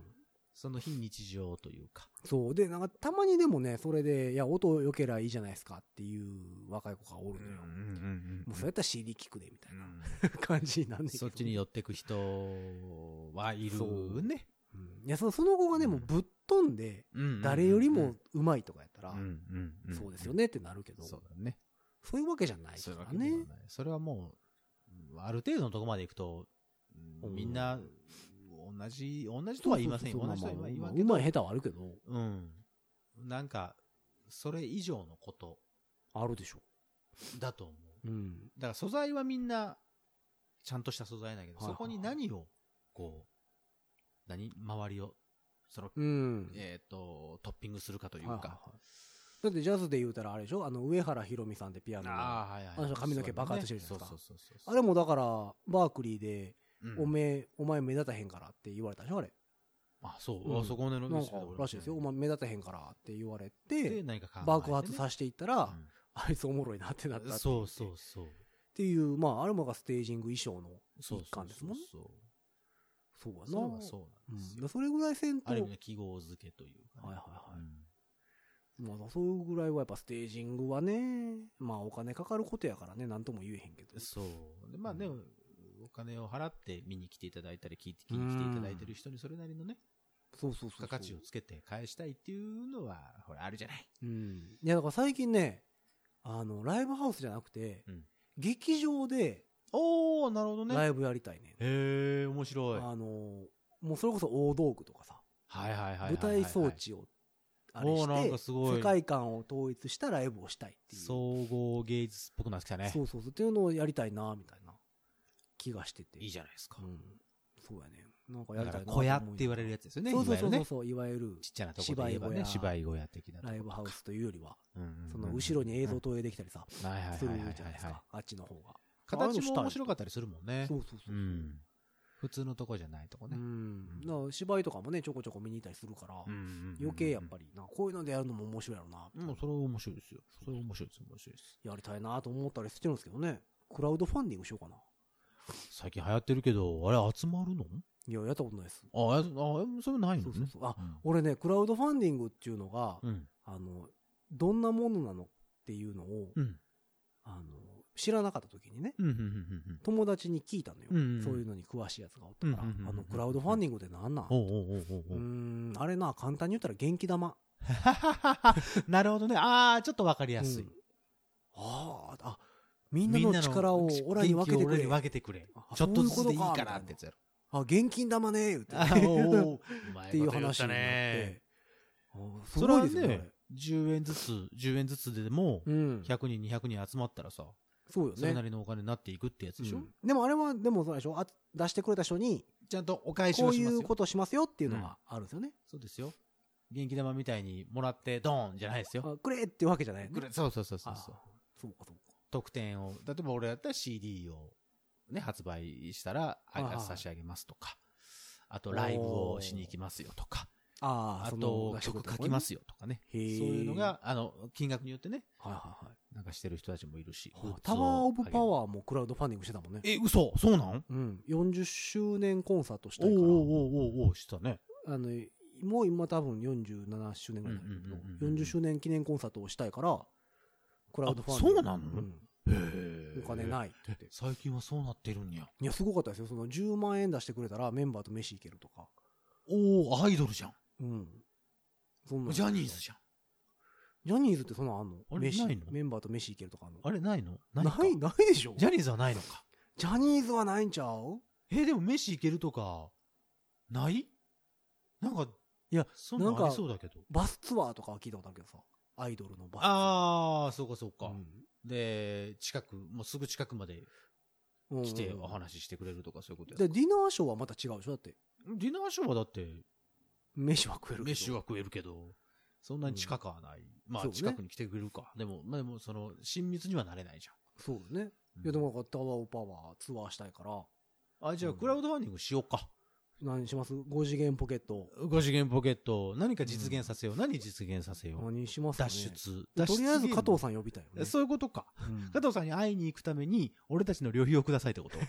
その非日常というか。 そう。で、なんかたまにでもね、それで、いや、音良けりゃいいじゃないですかっていう若い子がおるのよ。もうそうやったら CD 聞くで、みたいな感じになんねんけど。 そっちに寄ってく人はいるね。 いや、その子がね、もうぶっ飛んで、誰よりも上手いとかやったら、そうですよねってなるけど、 そうだね。 そういうわけじゃないからね。 それはもう、ある程度のとこまで行くと、みんな、同じとは言いませんよ。同じとは言わんけど。 うまい下手はあるけど。 なんか、それ以上のこと。 あるでしょ。 だと思う。だから素材はみんな、ちゃんとした素材だけど、そこに何を、こう、周りを、トッピングするかというか。 だってジャズで言うたらあれでしょ、上原ひろみさんでピアノの、髪の毛爆発してるじゃないですか。あれもだから、バークリーで、お前目立たへんからって言われたでしょ、あれ。 あ、そう。そこのなんからしいですよ。お前目立たへんからって言われて、爆発させていったら、あいつおもろいなってなったって。 そう。 っていう、まあ、あれもがステージング衣装の一環ですもんね。そうやな。 そうなんですよ。 それぐらいせんと。 ある意味の記号付けというか。 まあ、そういうぐらいはやっぱステージングはね、まあお金かかることやからね、なんとも言えへんけど。 そう。でまあね、お金を払って見に来ていただいたり、聞きに来ていただいてる人にそれなりのね、付加価値をつけて返したいっていうのは、ほら、あるじゃない。 いや、だから最近ね、ライブハウスじゃなくて、劇場で、 なるほどね。 ライブやりたいね。 へえ、面白い。 もうそれこそ大道具とかさ、舞台装置を、あれして、世界観を統一したライブをしたいっていう。 総合芸術っぽくなってきたね。 そうっていうのをやりたいな、みたいな気がしてて。 いいじゃないですか。 そうやね。なんかやりたいな。 小屋って言われるやつですよね。 そう、いわゆる。 ちっちゃなところで言えばね、芝居小屋的な。 ライブハウスというよりは、その後ろに映像投影できたりさ、するじゃないですか。あっちの方が。 形も面白かったりするもんね。 そう。 普通のとこじゃないとこね。 だから芝居とかもね、ちょこちょこ見に行ったりするから、余計やっぱり、こういうのでやるのも面白いやろな。 もうそれは面白いですよ。それは面白いです。 やりたいなと思ったりしてるんですけどね。クラウドファンディングしようかな。 最近流行ってるけど、あれ集まるの？ いや、やったことないです。 それないのね。 俺ね、クラウドファンディングっていうのが、どんなものなのっていうのを、知らなかった時にね、友達に聞いたのよ。そういうのに詳しいやつがおったから、クラウドファンディングって何なん？あれな、簡単に言ったら元気玉。 なるほどね。ちょっとわかりやすい。 みんなの力を俺に分けてくれ。 ちょっとずつでいいからってやつやろ。 現金玉ね言って。っていう話になって。 それはね、10円ずつでも、100人、200人集まったらさ、 そうよね。 それなりのお金になっていくってやつでしょ。 でもあれは、でもそうでしょ、出してくれた人に、 ちゃんとお返しをしますよ。 こういうことしますよっていうのがあるんですよね。 そうですよ。元気玉みたいにもらってドーンじゃないですよ。 くれっていうわけじゃない。 そう。 そうか。 特典を、例えば俺だったら CD をね、発売したら、差し上げますとか、あとライブをしに行きますよとか、あと曲書きますよとかね。そういうのが、金額によってね、なんかしてる人たちもいるし。 タワーオブパワーもクラウドファンディングしてたもんね。 嘘？そうなん？ 40周年コンサートしたいから。 したね。 もう今多分47周年ぐらいだけど、40周年記念コンサートをしたいから、クラウドファンディング。 そうなの？ お金ないって最近はそうなってるんや。 いや、すごかったですよ。その10万円出してくれたらメンバーと飯行けるとか。 アイドルじゃん。 そんな。 ジャニーズじゃん。 ジャニーズってそんなんあんの？ ないの？ メンバーと飯行けるとかあんの？ あれないの？ ないでしょ。 ジャニーズはないのか。 ジャニーズはないんちゃう？ でも飯行けるとか、ないなんか、 いや、 そんなありそうだけど。 バスツアーとかは聞いたことあるけどさ。アイドルのバスツアー。そうか。で、もうすぐ近くまで来てお話ししてくれるとかそういうことや。 で、ディナーショーはまた違うでしょだって。 ディナーショーはだって、 飯は食えるけど、そんなに近くはない。まあ、近くに来てくれるか。でも、その、親密にはなれないじゃん。 そうね。いや、でもタワーオブパワーツアーしたいから。 じゃあ、クラウドファンディングしようか。 何します ?5 次元ポケット。 5次元ポケット、何か実現させよう。何実現させよう。 何しますかね。 脱出。 とりあえず加藤さん呼びたいよね。 そういうことか。加藤さんに会いに行くために、俺たちの旅費をくださいってこと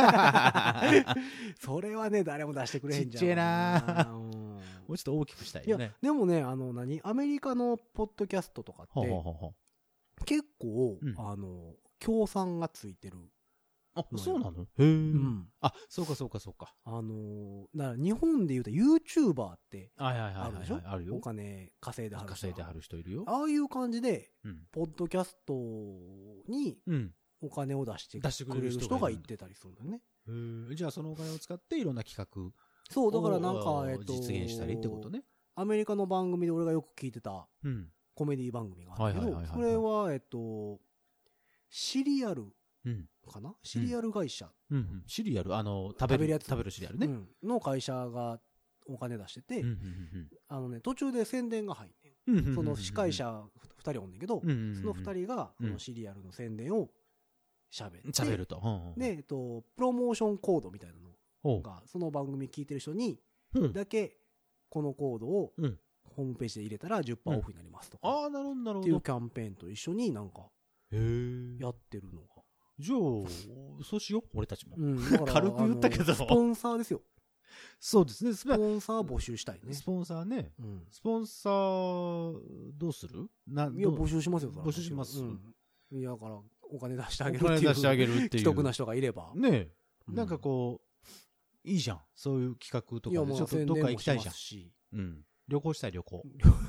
それはね、誰も出してくれへんじゃん。 ちっちゃいなもうちょっと大きくしたいよね。 いや、でもね、アメリカのポッドキャストとかって、結構、協賛がついてる。 あ、そうなの？へえ。あ、そうか。 だから日本で言うと YouTuber ってあるでしょ？ あるよ。お金稼いではる人いるよ。 ああいう感じで、ポッドキャストにお金を出してくれる人が言ってたりするんだよね。 じゃあそのお金を使っていろんな企画そう、だからなんか、 実現したりってことね。 アメリカの番組で俺がよく聞いてたコメディ番組があるけど、それは、シリアルかな、シリアル会社。 シリアル、食べるシリアルね。 の会社がお金出してて、途中で宣伝が入んねん。その司会者2人おんねんけど、その2人が、そのシリアルの宣伝を喋ると。で、プロモーションコードみたいなのが、その番組聞いてる人に、だけ、このコードを、ホームページで入れたら10%オフになりますとか。 ああ、なるほど。 っていうキャンペーンと一緒になんか、やってるのが。 じゃあ、そうしよう、俺たちも。軽く言ったけど。 スポンサーですよ。 そうですね。 スポンサー募集したいね。 スポンサーね。スポンサー、どうする？ いや、募集しますよ。 募集します。 いや、だから、お金出してあげるっていう。既得な人がいれば。 ねえ。なんかこう、いいじゃん。そういう企画とかでちょっとどっか行きたいじゃん。旅行したい、旅行。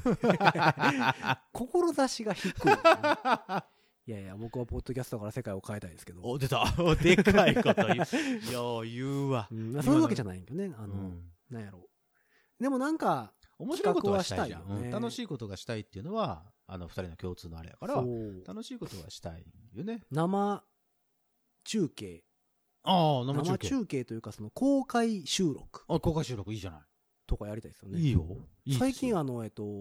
志が低い。いやいや、僕はポッドキャストから世界を変えたいですけど。 お、出た。でかいこと言う。よう言うわ。 そういうわけじゃないんだけどね。なんやろ。でもなんか、 面白いことはしたいじゃん。楽しいことがしたいっていうのは、二人の共通のあれやから、楽しいことはしたいよね。 生中継。 生中継というか、その公開収録。 公開収録いいじゃない。 とかやりたいですよね。 いいよ。 最近阪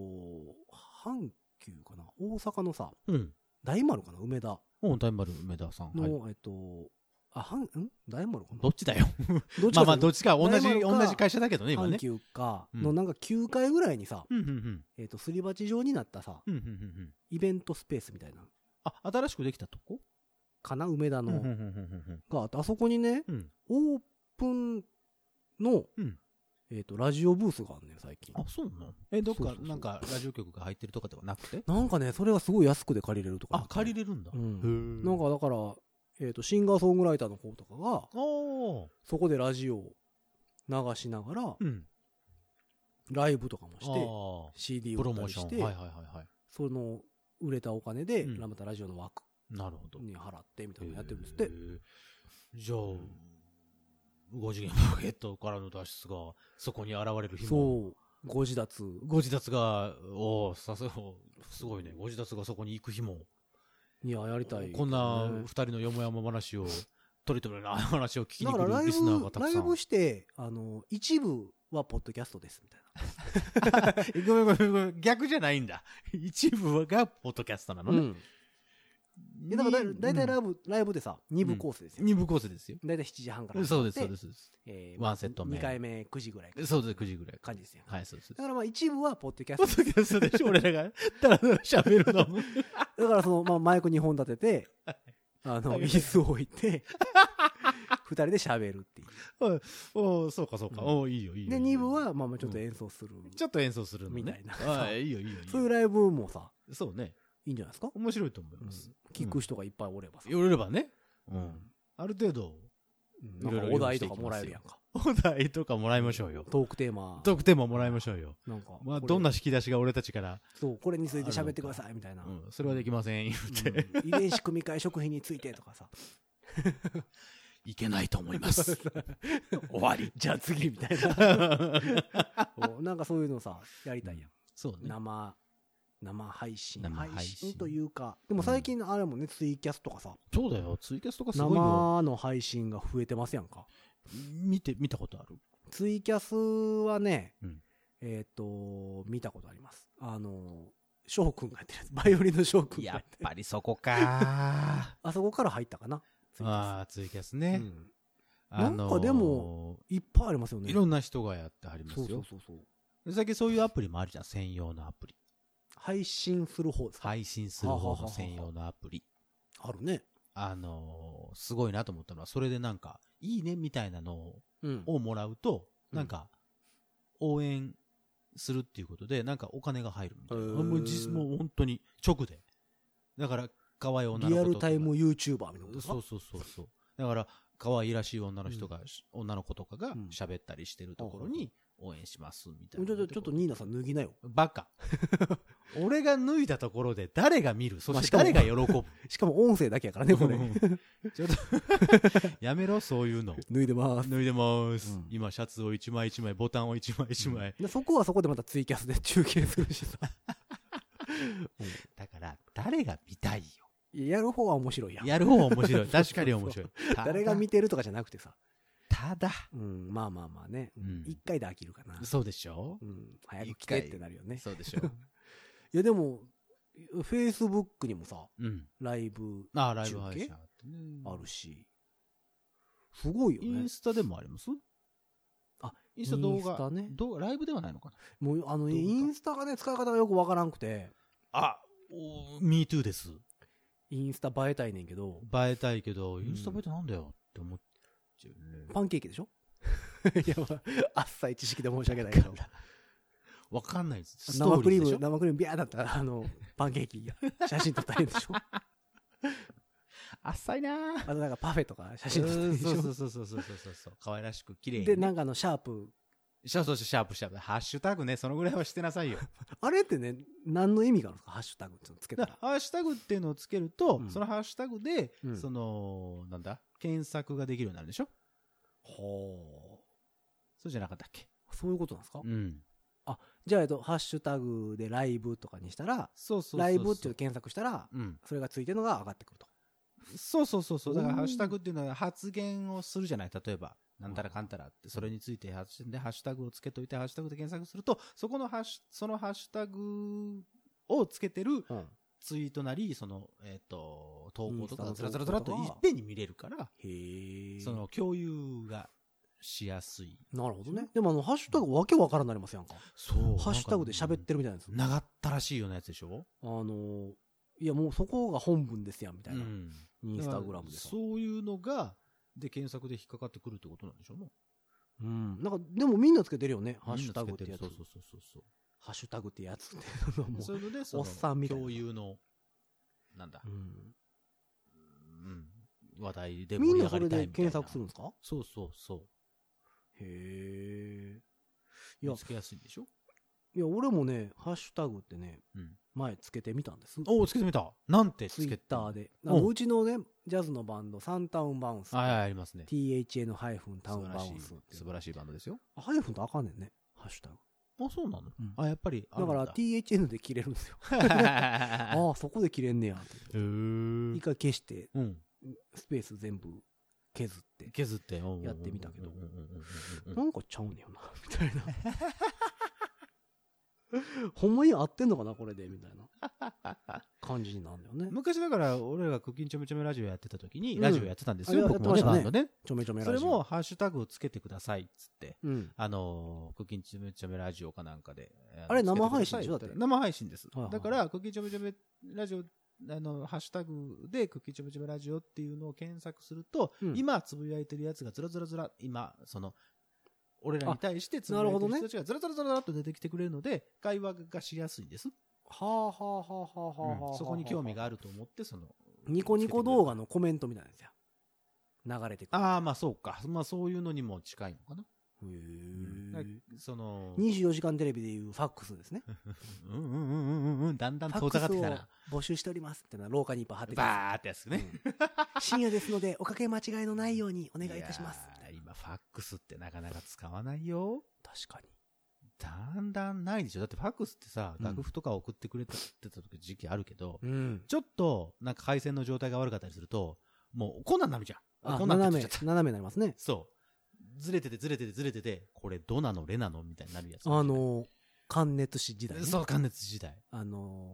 急かな、大阪のさ、大丸かな、梅田。 大丸梅田さん。 の、大丸かな、 どっちだよ。まあどっちか、同じ会社だけどね、今ね。 阪急か、のなんか9階ぐらいにさ、すり鉢状になったさ、イベントスペースみたいな。 新しくできたとこかな、梅田の。があって、あそこにね、オープンの、ラジオブースがあるねん、最近。 そうなの？どっか、なんか、ラジオ局が入ってるとかではなくて？ なんかね、それがすごい安くで借りれるとか。 借りれるんだ。 なんか、だから、シンガーソングライターの子とかが、そこでラジオを流しながら、ライブとかもして、CD を売ったりして、その、売れたお金で、またラジオの枠に払ってみたいなのやってるんですって。 じゃあ、5次元ポケットからの脱出がそこに現れる日も。 そう。ご自立が、さすが、すごいね。ご自立がそこに行く日も。 いや、やりたい、ね。 こんな2人のよもやま話を、とりとりな話を聞きに来るリスナーがたくさん。 ライブして、一部はポッドキャストです、みたいな。ごめん。逆じゃないんだ。一部がポッドキャストなのね。 だからだいたいライブでさ、2部コースですよ。 2部コースですよ。 だいたい7時半から。 そうです。ワンセット目。 2回目9時ぐらい。 そうです、9時ぐらい。 感じですよ。 はい、そうです。 だからまあ一部はポッドキャスト。 ポッドキャストでしょ、俺らが。ただ喋るの。 だからその、マイク2本立てて、椅子を置いて、2人で喋るっていう。 そうか。いいよ。 で、2部は、ちょっと演奏する。 ちょっと演奏するみたいな。 いいよ。 そういうライブもさ。 そうね。 いいんじゃないですか？ 面白いと思います。 聞く人がいっぱいおればさ。 おればね。ある程度、 お題とかもらえるやんか。 お題とかもらいましょうよ。 トークテーマもらいましょうよ。 なんか。 どんな引き出しが俺たちから。 そう、これについて喋ってください、みたいな。 それはできません、言うて。 遺伝子組み換え食品についてとかさ。 いけないと思います。終わり。 じゃあ次、みたいな。なんかそういうのさ、やりたいやん。 そうね。 生配信というか、でも最近あれもね、ツイキャスとかさ。 そうだよ、ツイキャスとかすごいよ。 生の配信が増えてますやんか。 見たことある？ ツイキャスはね、見たことあります。翔くんがやってるやつ。バイオリンの翔くんがやっぱりそこか。 あそこから入ったかな。 ツイキャスね。 なんかでも、いっぱいありますよね。 いろんな人がやってはりますよ。そう。最近そういうアプリもあるじゃん、専用のアプリ。 配信する方ですか？ 配信する方の専用のアプリ。 あるね。 すごいなと思ったのは、それでなんか、いいねみたいなのをもらうと、なんか、応援するっていうことで、なんかお金が入るみたいな。もう本当に直で。だから、可愛い女の子とか。 リアルタイム YouTuber みたいなことですか？ そう。だから、可愛らしい女の子とかが喋ったりしてるところに応援しますみたいな。 ちょっとニーナさん脱ぎなよ。 バカ。俺が脱いだところで誰が見る？そして誰が喜ぶ？ しかも音声だけやからね、これ。 ちょっとやめろ、そういうの。 脱いでます。 今、シャツを一枚一枚、ボタンを一枚一枚。 そこはそこでまたツイキャスで中継するしさ。 だから、誰が見たいよ。 やる方は面白いやん。 やる方は面白い。確かに面白い。 誰が見てるとかじゃなくてさ。 ただ。 まあね。一回で飽きるかな。 そうでしょ？ 早く来てってなるよね。 そうでしょ。 いやでも、Facebook にもさ、ライブ中継あるし。すごいよね。 インスタでもあります？インスタ動画。ライブではないのかな？ もうインスタがね、使い方がよくわからんくて。 me too です。 インスタ映えたいねんけど。 映えたいけど、インスタ映えてなんだよって思っちゃうね。 パンケーキでしょ？いや、あっさい知識で申し訳ないけど。 わかんないです。 生クリームビャーだったら、パンケーキ、写真撮ったらいいんでしょ？ 浅いなぁ。 あとなんかパフェとか写真撮ったらいいでしょ？ そう。可愛らしく、綺麗に。 で、なんかシャープ。 シャープ。ハッシュタグね、そのぐらいはしてなさいよ。 あれってね、何の意味があるんですか？ハッシュタグってつけたら。 ハッシュタグっていうのをつけると、そのハッシュタグで、検索ができるようになるでしょ？そうじゃなかったっけ？ そういうことなんですか？じゃあ、ハッシュタグでライブとかにしたら、ライブっていう検索したら、それがついてるのが上がってくると。 そう。だからハッシュタグっていうのは発言をするじゃない。例えば、なんたらかんたらって、それについてハッシュタグをつけといて、ハッシュタグで検索すると、そのハッシュタグをつけてるツイートなり、投稿とかずらずらといっぺんに見れるから、共有がしやすい。 なるほどね。でもハッシュタグわけわからんなりますやんか。 そう。 ハッシュタグで喋ってるみたいなやつ。 長ったらしいようなやつでしょ？ いやもうそこが本文ですやんみたいな。インスタグラムでさ。 そういうのが、で検索で引っかかってくるってことなんでしょうね。 なんか、でもみんなつけてるよね。ハッシュタグってやつ。 そう。 ハッシュタグってやつって。 そういうので、 おっさんみたいな。 共有の、話題で盛り上がりたいみたいな。みんなそれで検索するんですか？ そう。 へー。見つけやすいんでしょ？ いや、俺もね、ハッシュタグってね、前つけてみたんです。 つけてみた。なんてつけて？ ツイッターで。うちのね、ジャズのバンド、サンタウンバウンス。 ありますね。 THN- タウンバウンス。 素晴らしいバンドですよ。 ハイフンとあかんねんね、ハッシュタグ。 そうなの？やっぱり。 だから THN で切れるんですよ。そこで切れんねや。一回消して、スペース全部削ってやってみたけど、なんかちゃうねんよな、みたいな。ほんまに合ってんのかなこれでみたいな感じになるんだよね。 昔だから俺らがクッキンちょめちょめラジオやってた時にラジオやってたんですよ。僕もねバンドね。 ちょめちょめラジオ。 それもハッシュタグをつけてくださいっつって、クッキンちょめちょめラジオかなんかで。 あれ生配信でしょ？だって生配信です。だからクッキンちょめちょめラジオハッシュタグでクッキンちょめちょめラジオっていうのを検索すると、今つぶやいてるやつがずら今俺らに対してつぶやいてる人たちがずらっと出てきてくれるので、会話がしやすいんです。 そこに興味があると思って、 ニコニコ動画のコメントみたいなやつや。流れてくる。 そうか。そういうのにも近いのかな。 24時間テレビでいうファックスですね。 だんだん遠ざかってきたな。 募集しておりますってのは廊下にいっぱい貼ってバーってやつね。 深夜ですのでおかけ間違いのないようにお願いいたします。 今ファックスってなかなか使わないよ。 確かに。 だんだんないでしょ。だってファックスってさ、楽譜とか送ってくれてた時期あるけど、ちょっとなんか回線の状態が悪かったりすると、もうこんなんなるじゃん。 斜めになりますね。 そう。ずれてて、これドなのレなのみたいになるやつ。 関熱紙時代ね。 そう、関熱時代。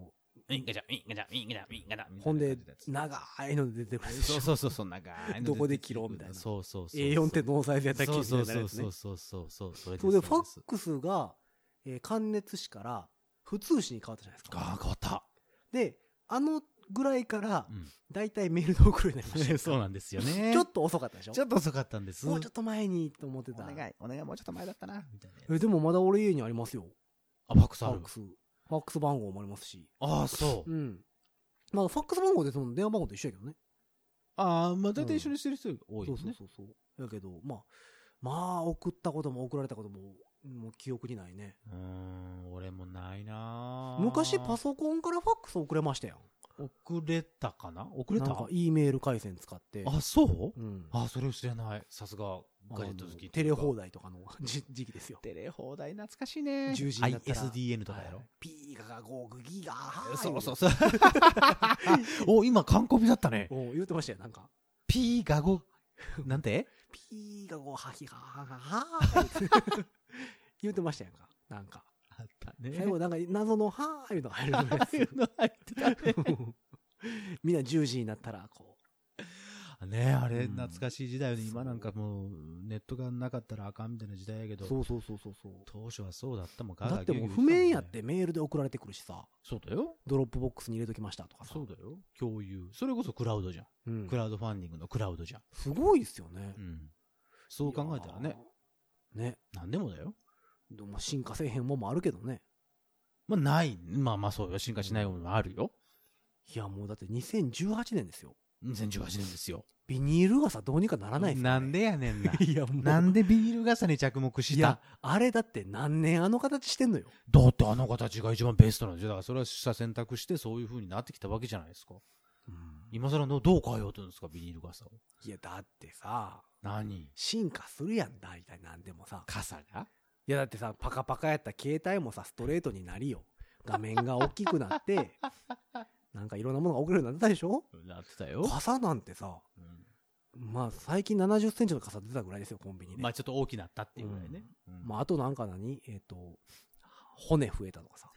ガチャ、ガチャ、ガチャ、 ほんで、長いので出てくる。 そう、長いの。 どこで切ろうみたいな。 そう。 A4 ってノーサイズやったら切るみたいなやつね。 そう。それで、ファックスが、関熱紙から普通紙に変わったじゃないですか。 変わった。 で、ぐらいから、だいたいメールで送るようになりました。 そうなんですよね。 ちょっと遅かったでしょ？ ちょっと遅かったんです。 もうちょっと前にと思ってた。 お願い、もうちょっと前だったな、みたいな。 でもまだ俺家にありますよ。 あ、ファックスある。 ファックス番号もありますし。 ああ、そう。 うん。まあ、ファックス番号でその電話番号と一緒やけどね。 ああ、まあ大体一緒にしてる人多いよね。 そう。だけど、まあ、送ったことも送られたことも、もう記憶にないね。 俺もないな。 昔パソコンからファックス送れましたやん。 送れたかな？送れた？ なんか E メール回線使って。 あ、そう？ うん。 あ、それを知らない。さすがガジェット好き。 テレ放題とかの時期ですよ。 テレ放題懐かしいね。 10時になったら ISDN とかやろ。 P が5ギガ。 そう。お、今完コピだったね。 言ってましたよ、なんか。 P が5、なんて？ P が5、はひはは言ってましたやんか。なんか。 あったね。 最後なんか謎のはーいうのが入るんですよ。 入ってたね。 みんな10時になったらこう。ねえ、あれ懐かしい時代よね。今なんかもうネットがなかったらあかんみたいな時代やけど。 そう。 当初はそうだったもん。 だってもう譜面やってメールで送られてくるしさ。 そうだよ。 ドロップボックスに入れときましたとかさ。 そうだよ。共有。それこそクラウドじゃん。クラウドファンディングのクラウドじゃん。 すごいっすよね。 そう考えたらね。 ね。 なんでもだよ。 でも進化せえへんもんもあるけどね。 まあない。まあそうよ。進化しないものもあるよ。 いやもうだって2018年ですよ。 2018年ですよ。 ビニール傘どうにかならないっすか？ なんでやねんな。 いやもう。 なんでビニール傘に着目した？いや、 あれだって何年あの形してんのよ。 だってあの形が一番ベストなんですよ。だからそれは選択してそういう風になってきたわけじゃないですか。今更のどう変えようとんですか、ビニール傘を。 いやだってさ。 何？ 進化するやん、大体なんでもさ。 傘が？ いやだってさ、パカパカやったら携帯もさ、ストレートになりよ。画面が大きくなって、なんかいろんなものが送れるようになってたでしょ？ なってたよ。 傘なんてさ、まあ最近70センチの傘出たぐらいですよ、コンビニで。 まあちょっと大きなったっていうぐらいね。 まああとなんか骨増えたとかさ。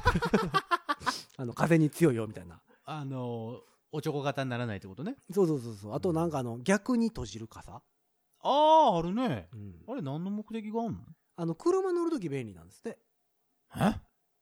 風に強いよみたいな。 おちょこ型にならないってことね。 そう。あとなんか逆に閉じる傘。 あるね。あれ何の目的があんの？ 車乗るとき便利なんですって。 え？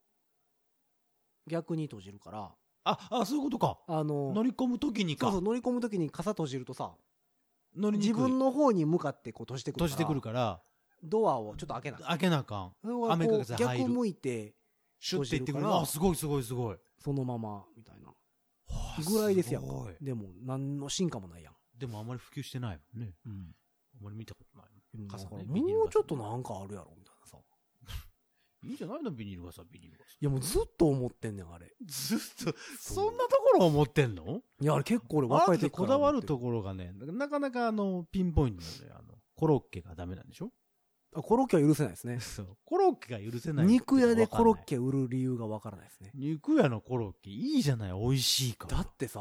逆に閉じるから。 そういうことか。乗り込むときにか。 そう、乗り込むときに傘閉じるとさ、自分の方に向かってこう閉じてくるから。 閉じてくるから。 ドアをちょっと開けな開けなあかん。雨風入る。 逆向いて、 シュッていってくる。すごい。 そのまま、みたいな。ぐらいですやんか。でも、何の進化もないやん。 でもあんまり普及してないもんね。あんまり見たことない。 傘ね。もうちょっとなんかあるやろ、みたいなさ。 いいんじゃないの？ビニール傘。いやもうずっと思ってんねん、あれ。 ずっと、そんなところ思ってんの？ いや、あれ結構俺若い時からこだわるところがね、なかなかピンポイントで、コロッケがダメなんでしょ？ コロッケは許せないですね。 そう。コロッケが許せない。 肉屋でコロッケ売る理由がわからないですね。 肉屋のコロッケいいじゃない、美味しいから。 だってさ、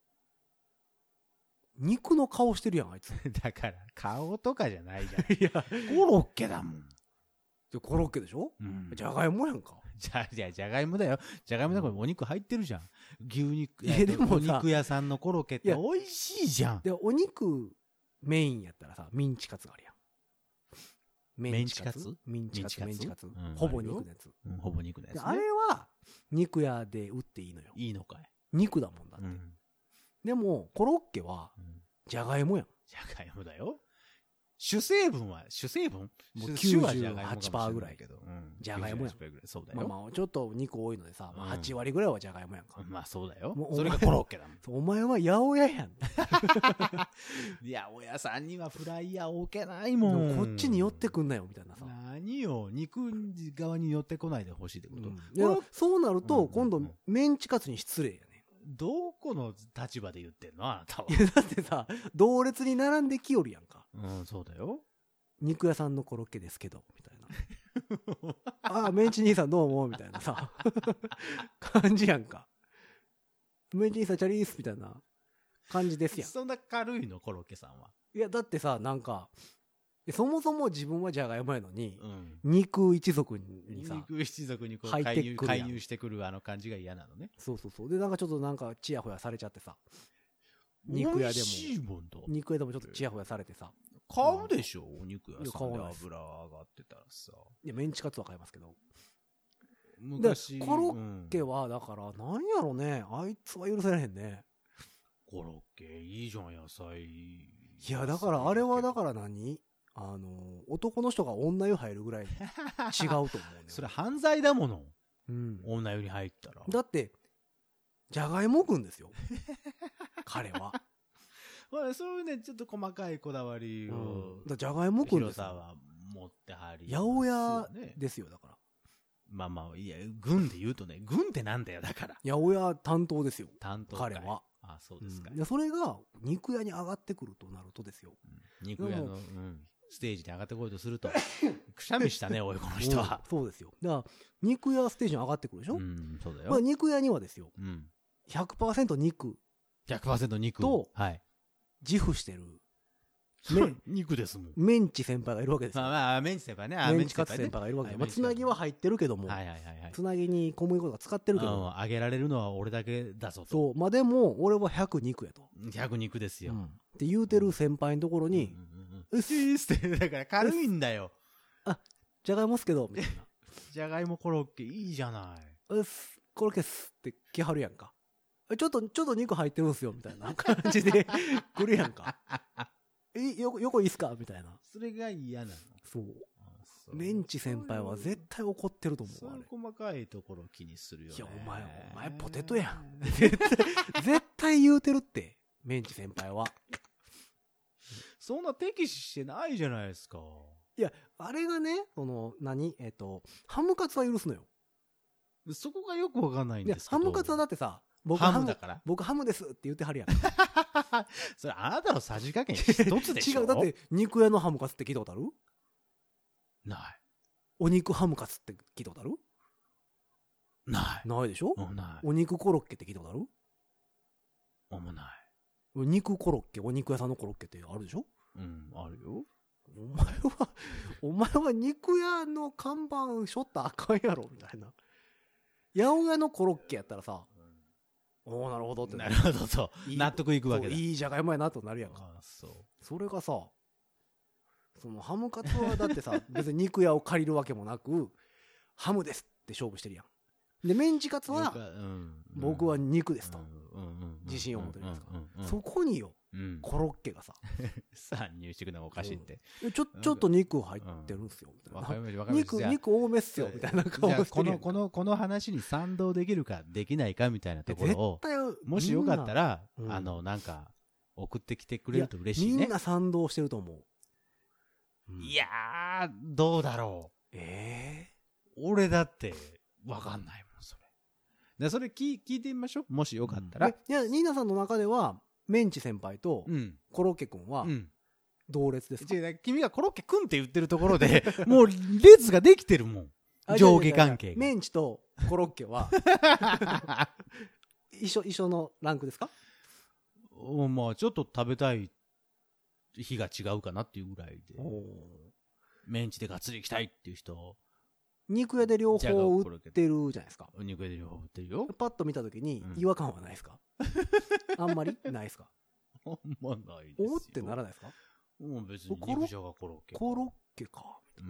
肉の顔してるやん、あいつ。 だから、顔とかじゃないじゃん。 いや、 コロッケだもん。 コロッケでしょ？じゃがいもやんか。 じゃがいもだよ。じゃがいもだからお肉入ってるじゃん。牛肉、 でもお肉屋さんのコロッケって美味しいじゃん。 で、お肉メインやったらさ、ミンチカツがあるやん。 メンチカツ。 ほぼ肉のやつ。 ほぼ肉のやつ。 あれは、肉屋で売っていいのよ。 いいのかい。 肉だもんだって。でも、コロッケは、じゃがいもやん。 じゃがいもだよ。主成分もう 98% ぐらい。じゃがいもやん。 そうだよ。 まあちょっと肉多いのでさ、8割ぐらいはじゃがいもやんか。 まあそうだよ。それがコロッケだもん。 お前は八百屋やん。 八百屋さんにはフライヤー置けないもん。 こっちに寄ってくんなよみたいなさ。 何よ、肉側に寄ってこないでほしいってこと？ いや、そうなると今度メンチカツに失礼やね。 どこの立場で言ってんの？あなたは。 いや、だってさ、同列に並んできよるやんか。 そうだよ。 肉屋さんのコロッケですけど、みたいな。ああ、メンチ兄さんどうも、みたいなさ、感じやんか。メンチ兄さんチャリースみたいな感じですやん。 そんな軽いの、コロッケさんは。 いや、だってさ、なんか、 そもそも自分はじゃがいもやのに、 うん、 肉一族にさ、 肉一族にこう入ってくる介入してくるあの感じが嫌なのね。 そうそうそう。で、なんかちょっとなんかチヤホヤされちゃってさ。肉屋でも。 美味しいもんだ。 肉屋でもちょっとチヤホヤされてさ。 買うでしょ、お肉屋さんで油上がってたらさ。 いや、メンチカツは買いますけど。 昔。 コロッケは、だから、なんやろね。あいつは許せれへんね。 コロッケ、いいじゃん、野菜。いや、だから、あれはだから何男の人が女湯入るぐらい違うと思うね。 それ犯罪だもの。 うん。 女湯に入ったら。 だって、じゃがいもくんですよ。彼は。 まあ、そういうね、ちょっと細かいこだわりを。 じゃがいもくんですよ。 広さは持ってはり。 八百屋ですよ、だから。 まあまあ、いや、軍で言うとね、軍ってなんだよ、だから。 八百屋担当ですよ。 担当。 彼は。 あ、そうですか。 それが、肉屋に上がってくるとなるとですよ。 肉屋の、ステージに上がってこようとすると、くしゃみしたね、おい、この人は。 そうですよ。だから、肉屋ステージに上がってくるでしょ。 そうだよ。 まあ、肉屋にはですよ。100% 肉。 100% 肉。 と、 はい。 自負してる。 肉ですもん。 メンチ先輩がいるわけですよ。 まあ、メンチ先輩ね。 メンチカツ先輩がいるわけで。まあ、つなぎは入ってるけども。つなぎに小麦粉とか使ってるけど。 揚げられるのは俺だけだぞと。 そう。まあ、でも、俺は100肉やと。 100肉ですよ。 って言うてる先輩のところに、 うっすーって、だから軽いんだよ。 あ、じゃがいもっすけど、みたいな。 じゃがいもコロッケいいじゃない。 コロッケっすって来はるやんか。ちょっと肉入ってるんすよ、みたいな感じで来るやんか。横いいっすかみたいな。 それが嫌なの。 そう。メンチ先輩は絶対怒ってると思う。 そういう細かいところを気にするよね。 いや、お前ポテトやん。絶対言うてるって、メンチ先輩は。 そんな敵視してないじゃないですか。 いや、あれがね、ハムカツは許すのよ。 そこがよくわかんないんですけど。 ハムカツはだってさ、僕ハムですって言ってはるやん。 それあなたのさじ加減一つでしょ。 違う。だって肉屋のハムカツって聞いたことある？ ない。 お肉ハムカツって聞いたことある？ ない。 ないでしょ？ ない。 お肉コロッケって聞いたことある？ もない。 肉コロッケ、お肉屋さんのコロッケってあるでしょ？ あるよ。 お前は肉屋の看板しょったらあかんやろみたいな。八百屋のコロッケやったらさ、おーなるほどって。 なるほどと。納得いくわけだ。 いいじゃがいもやなとなるやんか。それがさ、そのハムカツはだってさ、別に肉屋を借りるわけもなく、ハムですって勝負してるやん。で、メンチカツは、僕は肉ですと。自信を持ってるんですから。そこによ、コロッケがさ、 参入していくのがおかしいって。 ちょっと肉入ってるんすよ。肉多めっすよ。みたいな顔してる。 この話に賛同できるかできないかみたいなところを、もしよかったら、なんか、送ってきてくれると嬉しいね。 みんな賛同してると思う。 いやー、どうだろう。俺だって、わかんないもん、それ。で、それ聞いてみましょう。もしよかったら。いや、ニーナさんの中では、メンチ先輩と、コロッケ君は、同列ですか？ 君がコロッケ君って言ってるところで、もう列ができてるもん。上下関係が。 メンチとコロッケは、一緒のランクですか？ まあ、ちょっと食べたい日が違うかなっていうぐらいで。メンチでがっつり行きたいっていう人。 肉屋で両方売ってるじゃないですか。 肉屋で両方売ってるよ。 パッと見たときに違和感はないですか？あんまりないですか？ あんまないですよ。 おってならないですか？ もう別に肉じゃがコロッケ。 コロッケか。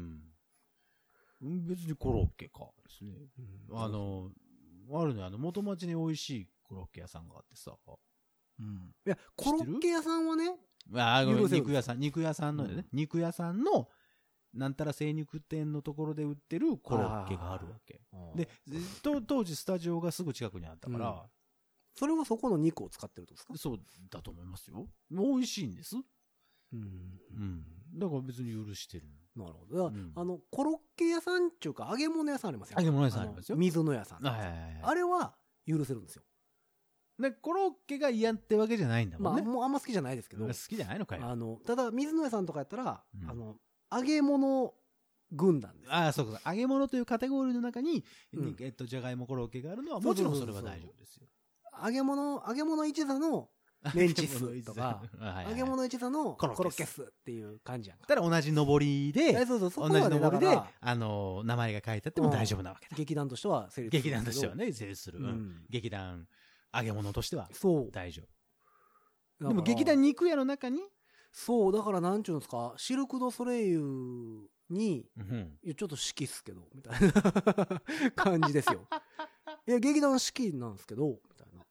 別にコロッケかですね。あるね、元町に美味しいコロッケ屋さんがあってさ。 いや、コロッケ屋さんはね、 肉屋さんのね、肉屋さんの、なんたら精肉店のところで売ってるコロッケがあるわけ。で、当時スタジオがすぐ近くにあったから、 それはそこの肉を使ってるとですか？ そうだと思いますよ。美味しいんです。だから別に許してる。 なるほど。コロッケ屋さんっていうか揚げ物屋さんありますよ。 揚げ物屋さんありますよ。 水野屋さん。あれは許せるんですよ。 で、コロッケが嫌ってわけじゃないんだもんね。 もうあんま好きじゃないですけど。 好きじゃないのかよ。 ただ水野屋さんとかやったら、揚げ物軍団です。 そうか。揚げ物というカテゴリーの中に、じゃがいもコロッケがあるのは、もちろんそれは大丈夫ですよ。 揚げ物一座のメンチスとか、揚げ物一座のコロッケスっていう感じやんか。 ただ同じ上りで、同じ上りで、名前が書いてあっても大丈夫なわけだ。 劇団としては成立する。 劇団としてはね、成立する。劇団、揚げ物としては大丈夫。でも劇団肉屋の中にそう、だからなんちゅうんですか、シルク・ドゥ・ソレイユに、いやちょっと好きっすけど、みたいな感じですよ。いや、劇団好きなんですけど、みたいな。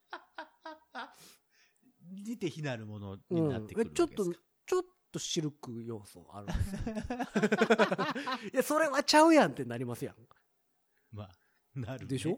似て非なるものになってくるわけですか。 ちょっとシルク要素あるんですよ。いや、それはちゃうやんってなりますやん。 まあ、なる、ね。 でしょ？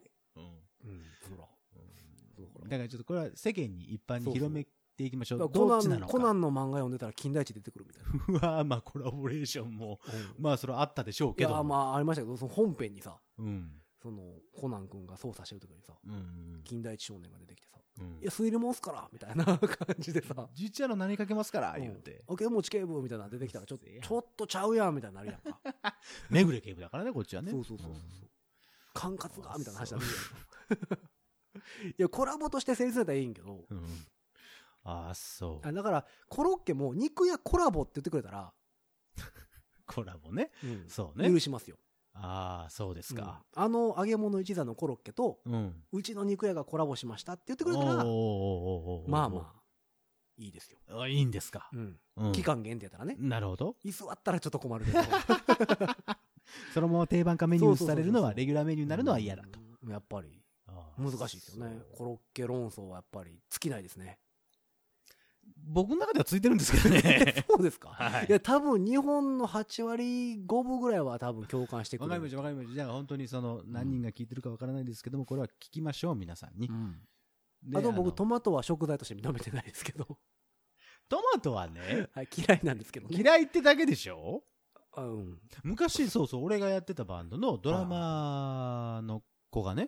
だからちょっとこれは世間に一般に広めていきましょう。 どっちなのか。コナンの漫画読んでたら金田一出てくるみたいな。 うわまあコラボレーションも、まあそれはあったでしょうけど。いや、 まあありましたけど、その本編にさ、そのコナン君が操作してる時にさ、金田一少年が出てきてさ、いや、推理もんすからみたいな感じでさ、 実はの何かけますから言うて。 明持警部みたいなの出てきたら、ちょっとちゃうやんみたいになるやんか。 めぐれ警部だからね、こっちはね。 そう。管轄がみたいな話になるやん。いや、コラボとして成立されたらいいんけど。 ああ、そう。 だから、コロッケも肉やコラボって言ってくれたら。 コラボね。そうね。 許しますよ。 ああ、そうですか。 揚げ物一座のコロッケと、うちの肉屋がコラボしましたって言ってくれたら、まあまあ、いいですよ。 いいんですか。 期間限定やったらね。 なるほど。 居座ったらちょっと困るけど。 そのまま定番化メニューにされるのは、レギュラーメニューになるのは嫌だと。 やっぱり、難しいですよね。コロッケ論争はやっぱり尽きないですね。 僕の中ではついてるんですけどね。 そうですか。はい。いや、多分日本の8割5分ぐらいは多分共感してくる。 わかりました。じゃあ本当にその何人が聞いてるかわからないですけども、これは聞きましょう、皆さんに。 あと僕、トマトは食材として認めてないですけど。 トマトはね、 嫌いなんですけどね。 嫌いってだけでしょ？昔、そう、俺がやってたバンドのドラマーの子がね、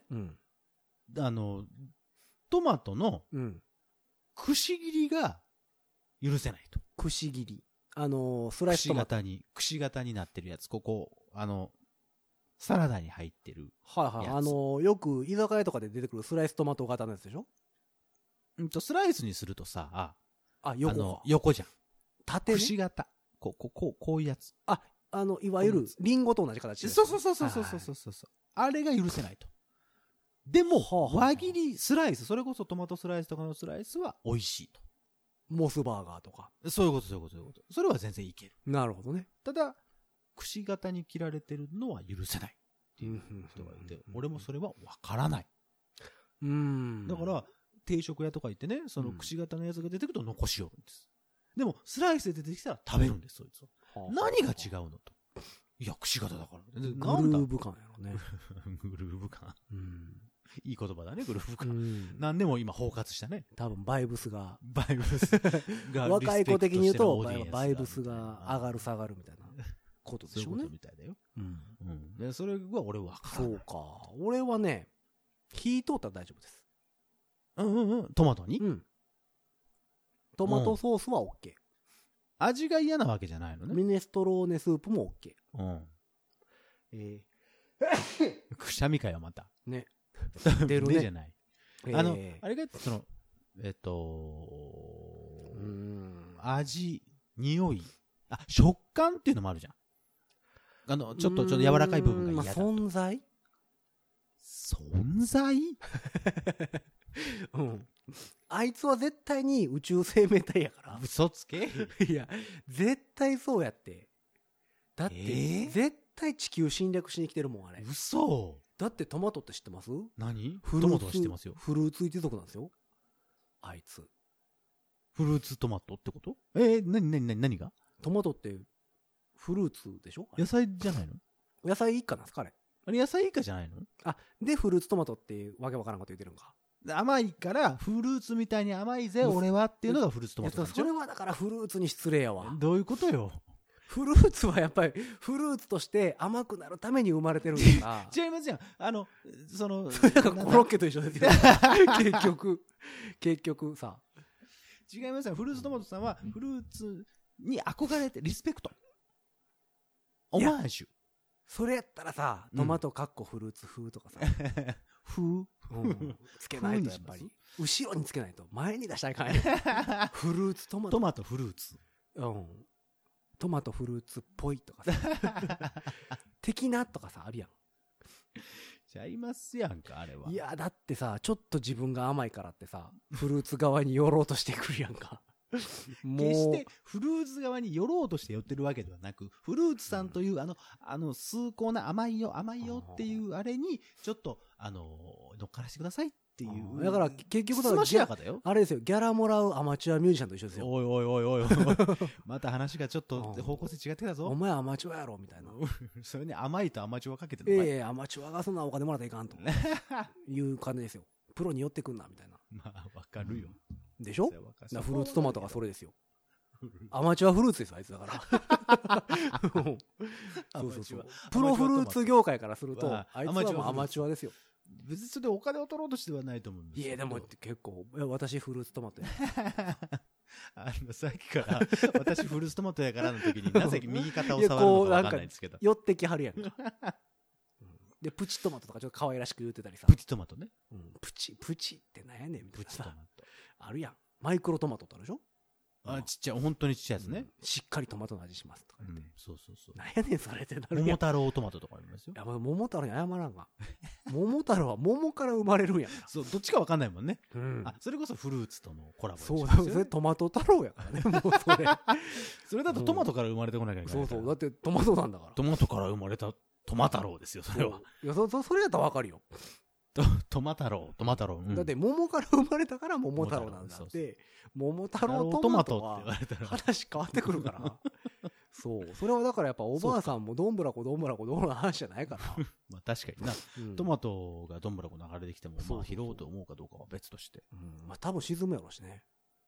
トマトのくし切りが許せないと。 くし切り。スライストマト。 くし形になってるやつ。ここ、サラダに入ってる。 よく居酒屋とかで出てくるスライストマト型のやつでしょ？ スライスにするとさ、 横じゃん。 縦ね。 くし形。こういうやつ。 いわゆる、リンゴと同じ形。 そう。あれが許せないと。でも、輪切りスライス、それこそトマトスライスとかのスライスは美味しいと。 モスバーガーとか。 そういうこと。それは全然いける。 なるほどね。 ただ、くし形に切られてるのは許せない。っていう人がいて、俺もそれはわからない。だから、定食屋とか行ってね、そのくし形のやつが出てくると残しよるんです。でも、スライスで出てきたら食べるんです、そいつは。何が違うのと。いや、くし形だから。 グルーヴ感やろね。 グルーヴ感。いい言葉だね、グルーヴ感。何でも今包括したね。 多分バイブスが。 若い子的に言うと、バイブスが上がる下がるみたいなことでしょうね。 そういうことみたいだよ。でそれは俺は分からない。 そうか。俺はね、火通ったら大丈夫です。 トマトに？ トマトソースは OK。 味が嫌なわけじゃないのね。 ミネストローネスープも OK。 くしゃみかよ、また。 ね。 出るね。じゃない。あれが、味、匂い、食感っていうのもあるじゃん。ちょっと柔らかい部分が嫌だ。 存在？あいつは絶対に宇宙生命体やから。 嘘つけ？ いや、絶対そうやって。だって、絶対地球侵略しに来てるもん、あれ。 嘘。 だってトマトって知ってます？ 何？トマトは知ってますよ。 フルーツ一族なんですよ。あいつ。 フルーツトマトってこと？何が？ トマトってフルーツでしょ？ 野菜じゃないの？ 野菜一家なんですかあれ。 あれ野菜以下じゃないの？ でフルーツトマトっていうわけわからんこと言ってるんか。 甘いからフルーツみたいに甘いぜ俺はっていうのがフルーツトマトなんでしょ。 それはだからフルーツに失礼やわ。 どういうことよ。 フルーツはやっぱりフルーツとして甘くなるために生まれてるんだから。 違いますよ。それなんかコロッケと一緒ですよ。結局さ。 違いますよ。フルーツトマトさんはフルーツに憧れてリスペクト。オマージュ。 それやったらさ、トマトかっこフルーツ風とかさ。 つけないとやっぱり。後ろにつけないと。前に出したらいかんやん。フルーツトマト。 トマトフルーツ。 トマトフルーツっぽいとかさ。的なとかさ、あるやん。 ちゃいますやんか、あれは。 いや、だってさ、ちょっと自分が甘いからってさ、フルーツ側に寄ろうとしてくるやんか。 もう決してフルーツ側に寄ろうとして寄ってるわけではなく、フルーツさんという崇高な甘いよっていうあれに、ちょっと、乗っからしてくださいっていう。 だから結局あれですよ、ギャラもらうアマチュアミュージシャンと一緒ですよ。 おいおい。また話がちょっと方向性違ってきたぞ。 お前アマチュアやろみたいな。 それね、甘いとアマチュアかけてるのかい。 アマチュアがそんなお金もらったらいかんと。いう感じですよ。プロに寄ってくんなみたいな。 まあ、わかるよ。 でしょ？フルーツトマトがそれですよ。アマチュアフルーツですよ、あいつだから。そう。プロフルーツ業界からすると、あいつはもうアマチュアですよ。 別にそれでお金を取ろうとしてはないと思うんですよ。 いや、でも結構、私フルーツトマトや。 さっきから、私フルーツトマトやからの時に、なぜ右肩を触るのかわかんないんですけど。 寄ってきはるやんか。で、プチトマトとかちょっと可愛らしく言ってたりさ。 プチトマトね。 プチってなんやねんみたいな。 プチトマト。 あるやん。マイクロトマトってあるでしょ？ ちっちゃい、本当にちっちゃいやつね。 しっかりトマトの味しますとか言って。 そう。 なんやねんそれってなるやん。 桃太郎トマトとかありますよ。 いや、桃太郎に謝らんが。桃太郎は桃から生まれるんやから。 そう、どっちかわかんないもんね。それこそフルーツとのコラボですよね。 そうだ、それトマト太郎やからね、もうそれ。 それだとトマトから生まれてこなきゃいけない。 そう、だってトマトなんだから。 トマトから生まれたトマ太郎ですよ、それは。 いや、それやったらわかるよ。 トマ太郎。 だって桃から生まれたから桃太郎なんだって。桃太郎トマトは話変わってくるから。そう。それはだからやっぱおばあさんもどんぶらこどうの話じゃないから。 まあ確かにな。トマトがどんぶらこ流れてきても、まあ拾おうと思うかどうかは別として。 まあ多分沈むやろうしね。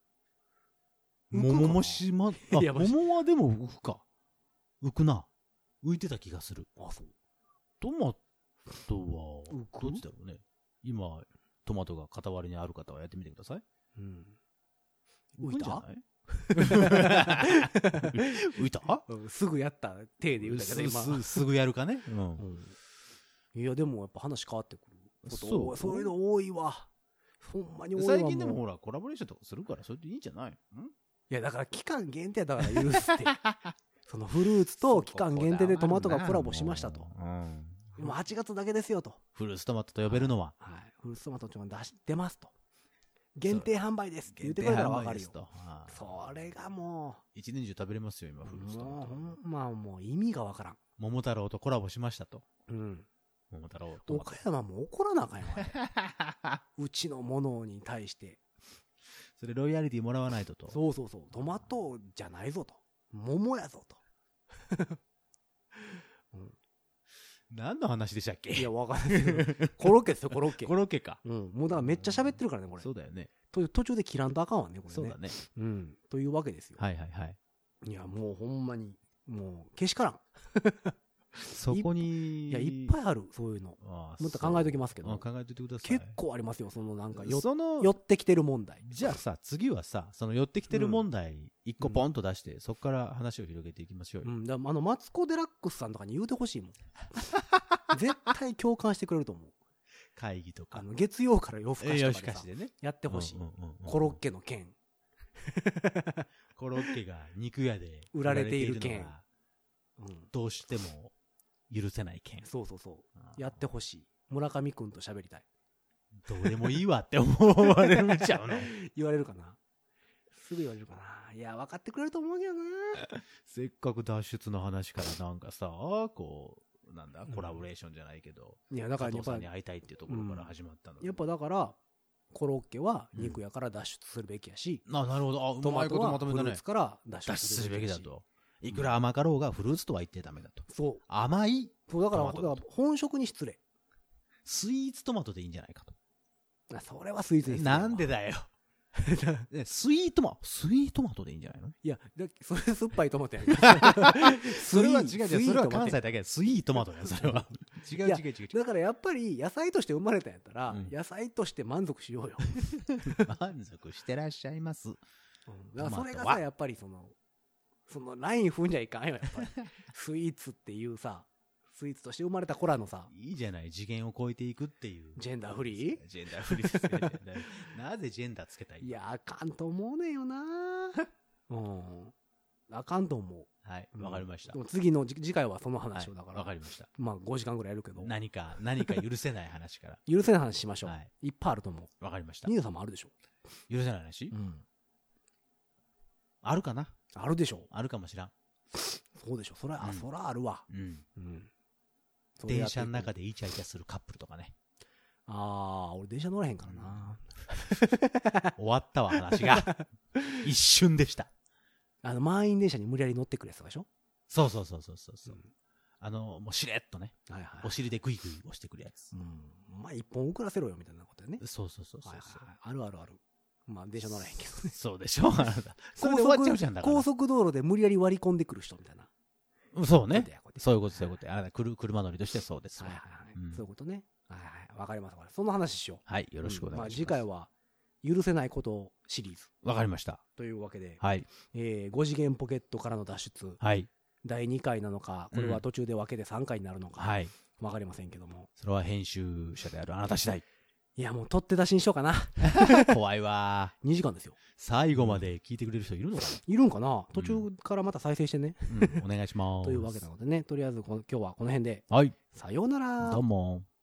桃はでも浮くか。浮くな。浮いてた気がする。 あ、そう。 トマトは、どっちだろうね。今、トマトが片割りにある方はやってみてください。 浮いた？ 浮いた？ すぐやった手で言うたけど今。 すぐやるかね。 いや、でもやっぱ話変わってくる。そういうの多いわ。ほんまに多いわ。 最近でもほら、コラボレーションとかするから、それでいいんじゃない？いや、だから期間限定だから許すって。そのフルーツと期間限定でトマトがコラボしましたと。もう8月だけですよと。 フルーツトマトと呼べるのは。 はい。フルーツトマト出ますと。限定販売ですって言ってくれたら分かるよ。それがもう。一年中食べれますよ、今、フルーツトマト。 まあもう意味が分からん。 桃太郎とコラボしましたと。桃太郎と。 岡山も怒らなあかんよ。うちのものに対して。 それロイヤリティもらわないとと。 そう。トマトじゃないぞと。桃やぞと。 何の話でしたっけ？ いや、わかんないけど。コロッケですよ、コロッケ。 コロッケか。 もうだからめっちゃ喋ってるからね、これ。 そうだよね。 途中で切らんとあかんわね、これね。 そうだね。 というわけですよ。 はい。 いや、もうほんまに、もう、けしからん。 そこに。 いや、いっぱいある、そういうの。もっと考えときますけど。 考えといてください。 結構ありますよ、そのなんか、寄ってきてる問題。 じゃあさ、次はさ、その寄ってきてる問題、一個ポンと出して、そこから話を広げていきましょうよ。 マツコ・デラックスさんとかに言うてほしいもん。絶対共感してくれると思う。 会議とか。 月曜から夜更かしとかでね。 やってほしい。コロッケの件。 コロッケが肉屋で売られている件。 どうしても許せない件。 そう。やってほしい。村上くんと喋りたい。 どうでもいいわって思われちゃうの。 言われるかな。すぐ言われるかな。いや、分かってくれると思うけどな。 せっかく脱出の話からなんかさ、こう、なんだ、コラボレーションじゃないけど、 いや、だから加藤さんに会いたいっていうところから始まったの。 やっぱだから、コロッケは肉屋から脱出するべきやし、 なるほど。 トマトはフルーツから脱出するべきだと。いくら甘かろうがフルーツとは言ってダメだと。 そう。 甘い。 そう、だから本職に失礼。 スイーツトマトでいいんじゃないかと。 それはスイーツに失礼。 なんでだよ。スイートマトでいいんじゃないの？ いや、それ酸っぱいトマトやん。 それは違う。それは関西だけでスイートマトやん、それは。違う。 だからやっぱり野菜として生まれたんやったら、野菜として満足しようよ。 満足してらっしゃいます。 だからそれがさ、やっぱりそのライン踏んじゃいかんよ、やっぱり。スイーツっていうさ、 スイーツとして生まれた子らのさ。 いいじゃない、次元を超えていくっていう。 ジェンダーフリー？ ジェンダーフリーですね。なぜジェンダーつけたい？ いや、あかんと思うねんよな。うん。あかんと思う。 はい、わかりました。 次の次回はその話をだから。 わかりました。 まあ5時間ぐらいやるけど。 何か許せない話から。 許せない話しましょう。いっぱいあると思う。わかりました。 ニーナさんもあるでしょ。 許せない話？うん。あるかな？ あるでしょ。 あるかもしらん。 そうでしょ。そらあるわ。うん。 電車の中でイチャイチャするカップルとかね。 ああ、俺電車乗らへんからな。 終わったわ、話が。一瞬でした。 満員電車に無理やり乗ってくるやつでしょ？そう。 もうしれっとね。お尻でグイグイ押してくるやつ。 まあ一本遅らせろよみたいなことね。 そう。 ある。まあ電車乗らへんけどね。 そうでしょ。それで終わっちゃうじゃんだから。 高速道路で無理やり割り込んでくる人みたいな。 そうね。そういうこと。車乗りとしてそうです。 そういうことね。わかります。そんな話しよう。 はい。よろしくお願いします。 次回は、許せないことシリーズ。 わかりました。 というわけで、 はい。 5次元ポケットからの脱出。 はい。 第2回なのか、これは途中で分けて3回になるのか。はい。わかりませんけども。 それは編集者であるあなた次第。 いや、もう取って出しにしようかな。 怖いわ。 2時間ですよ。 最後まで聞いてくれる人いるのかな？ いるんかな？途中からまた再生してね。 お願いします。 というわけなのでね、とりあえず今日はこの辺で。 はい。 さようなら。 どうも。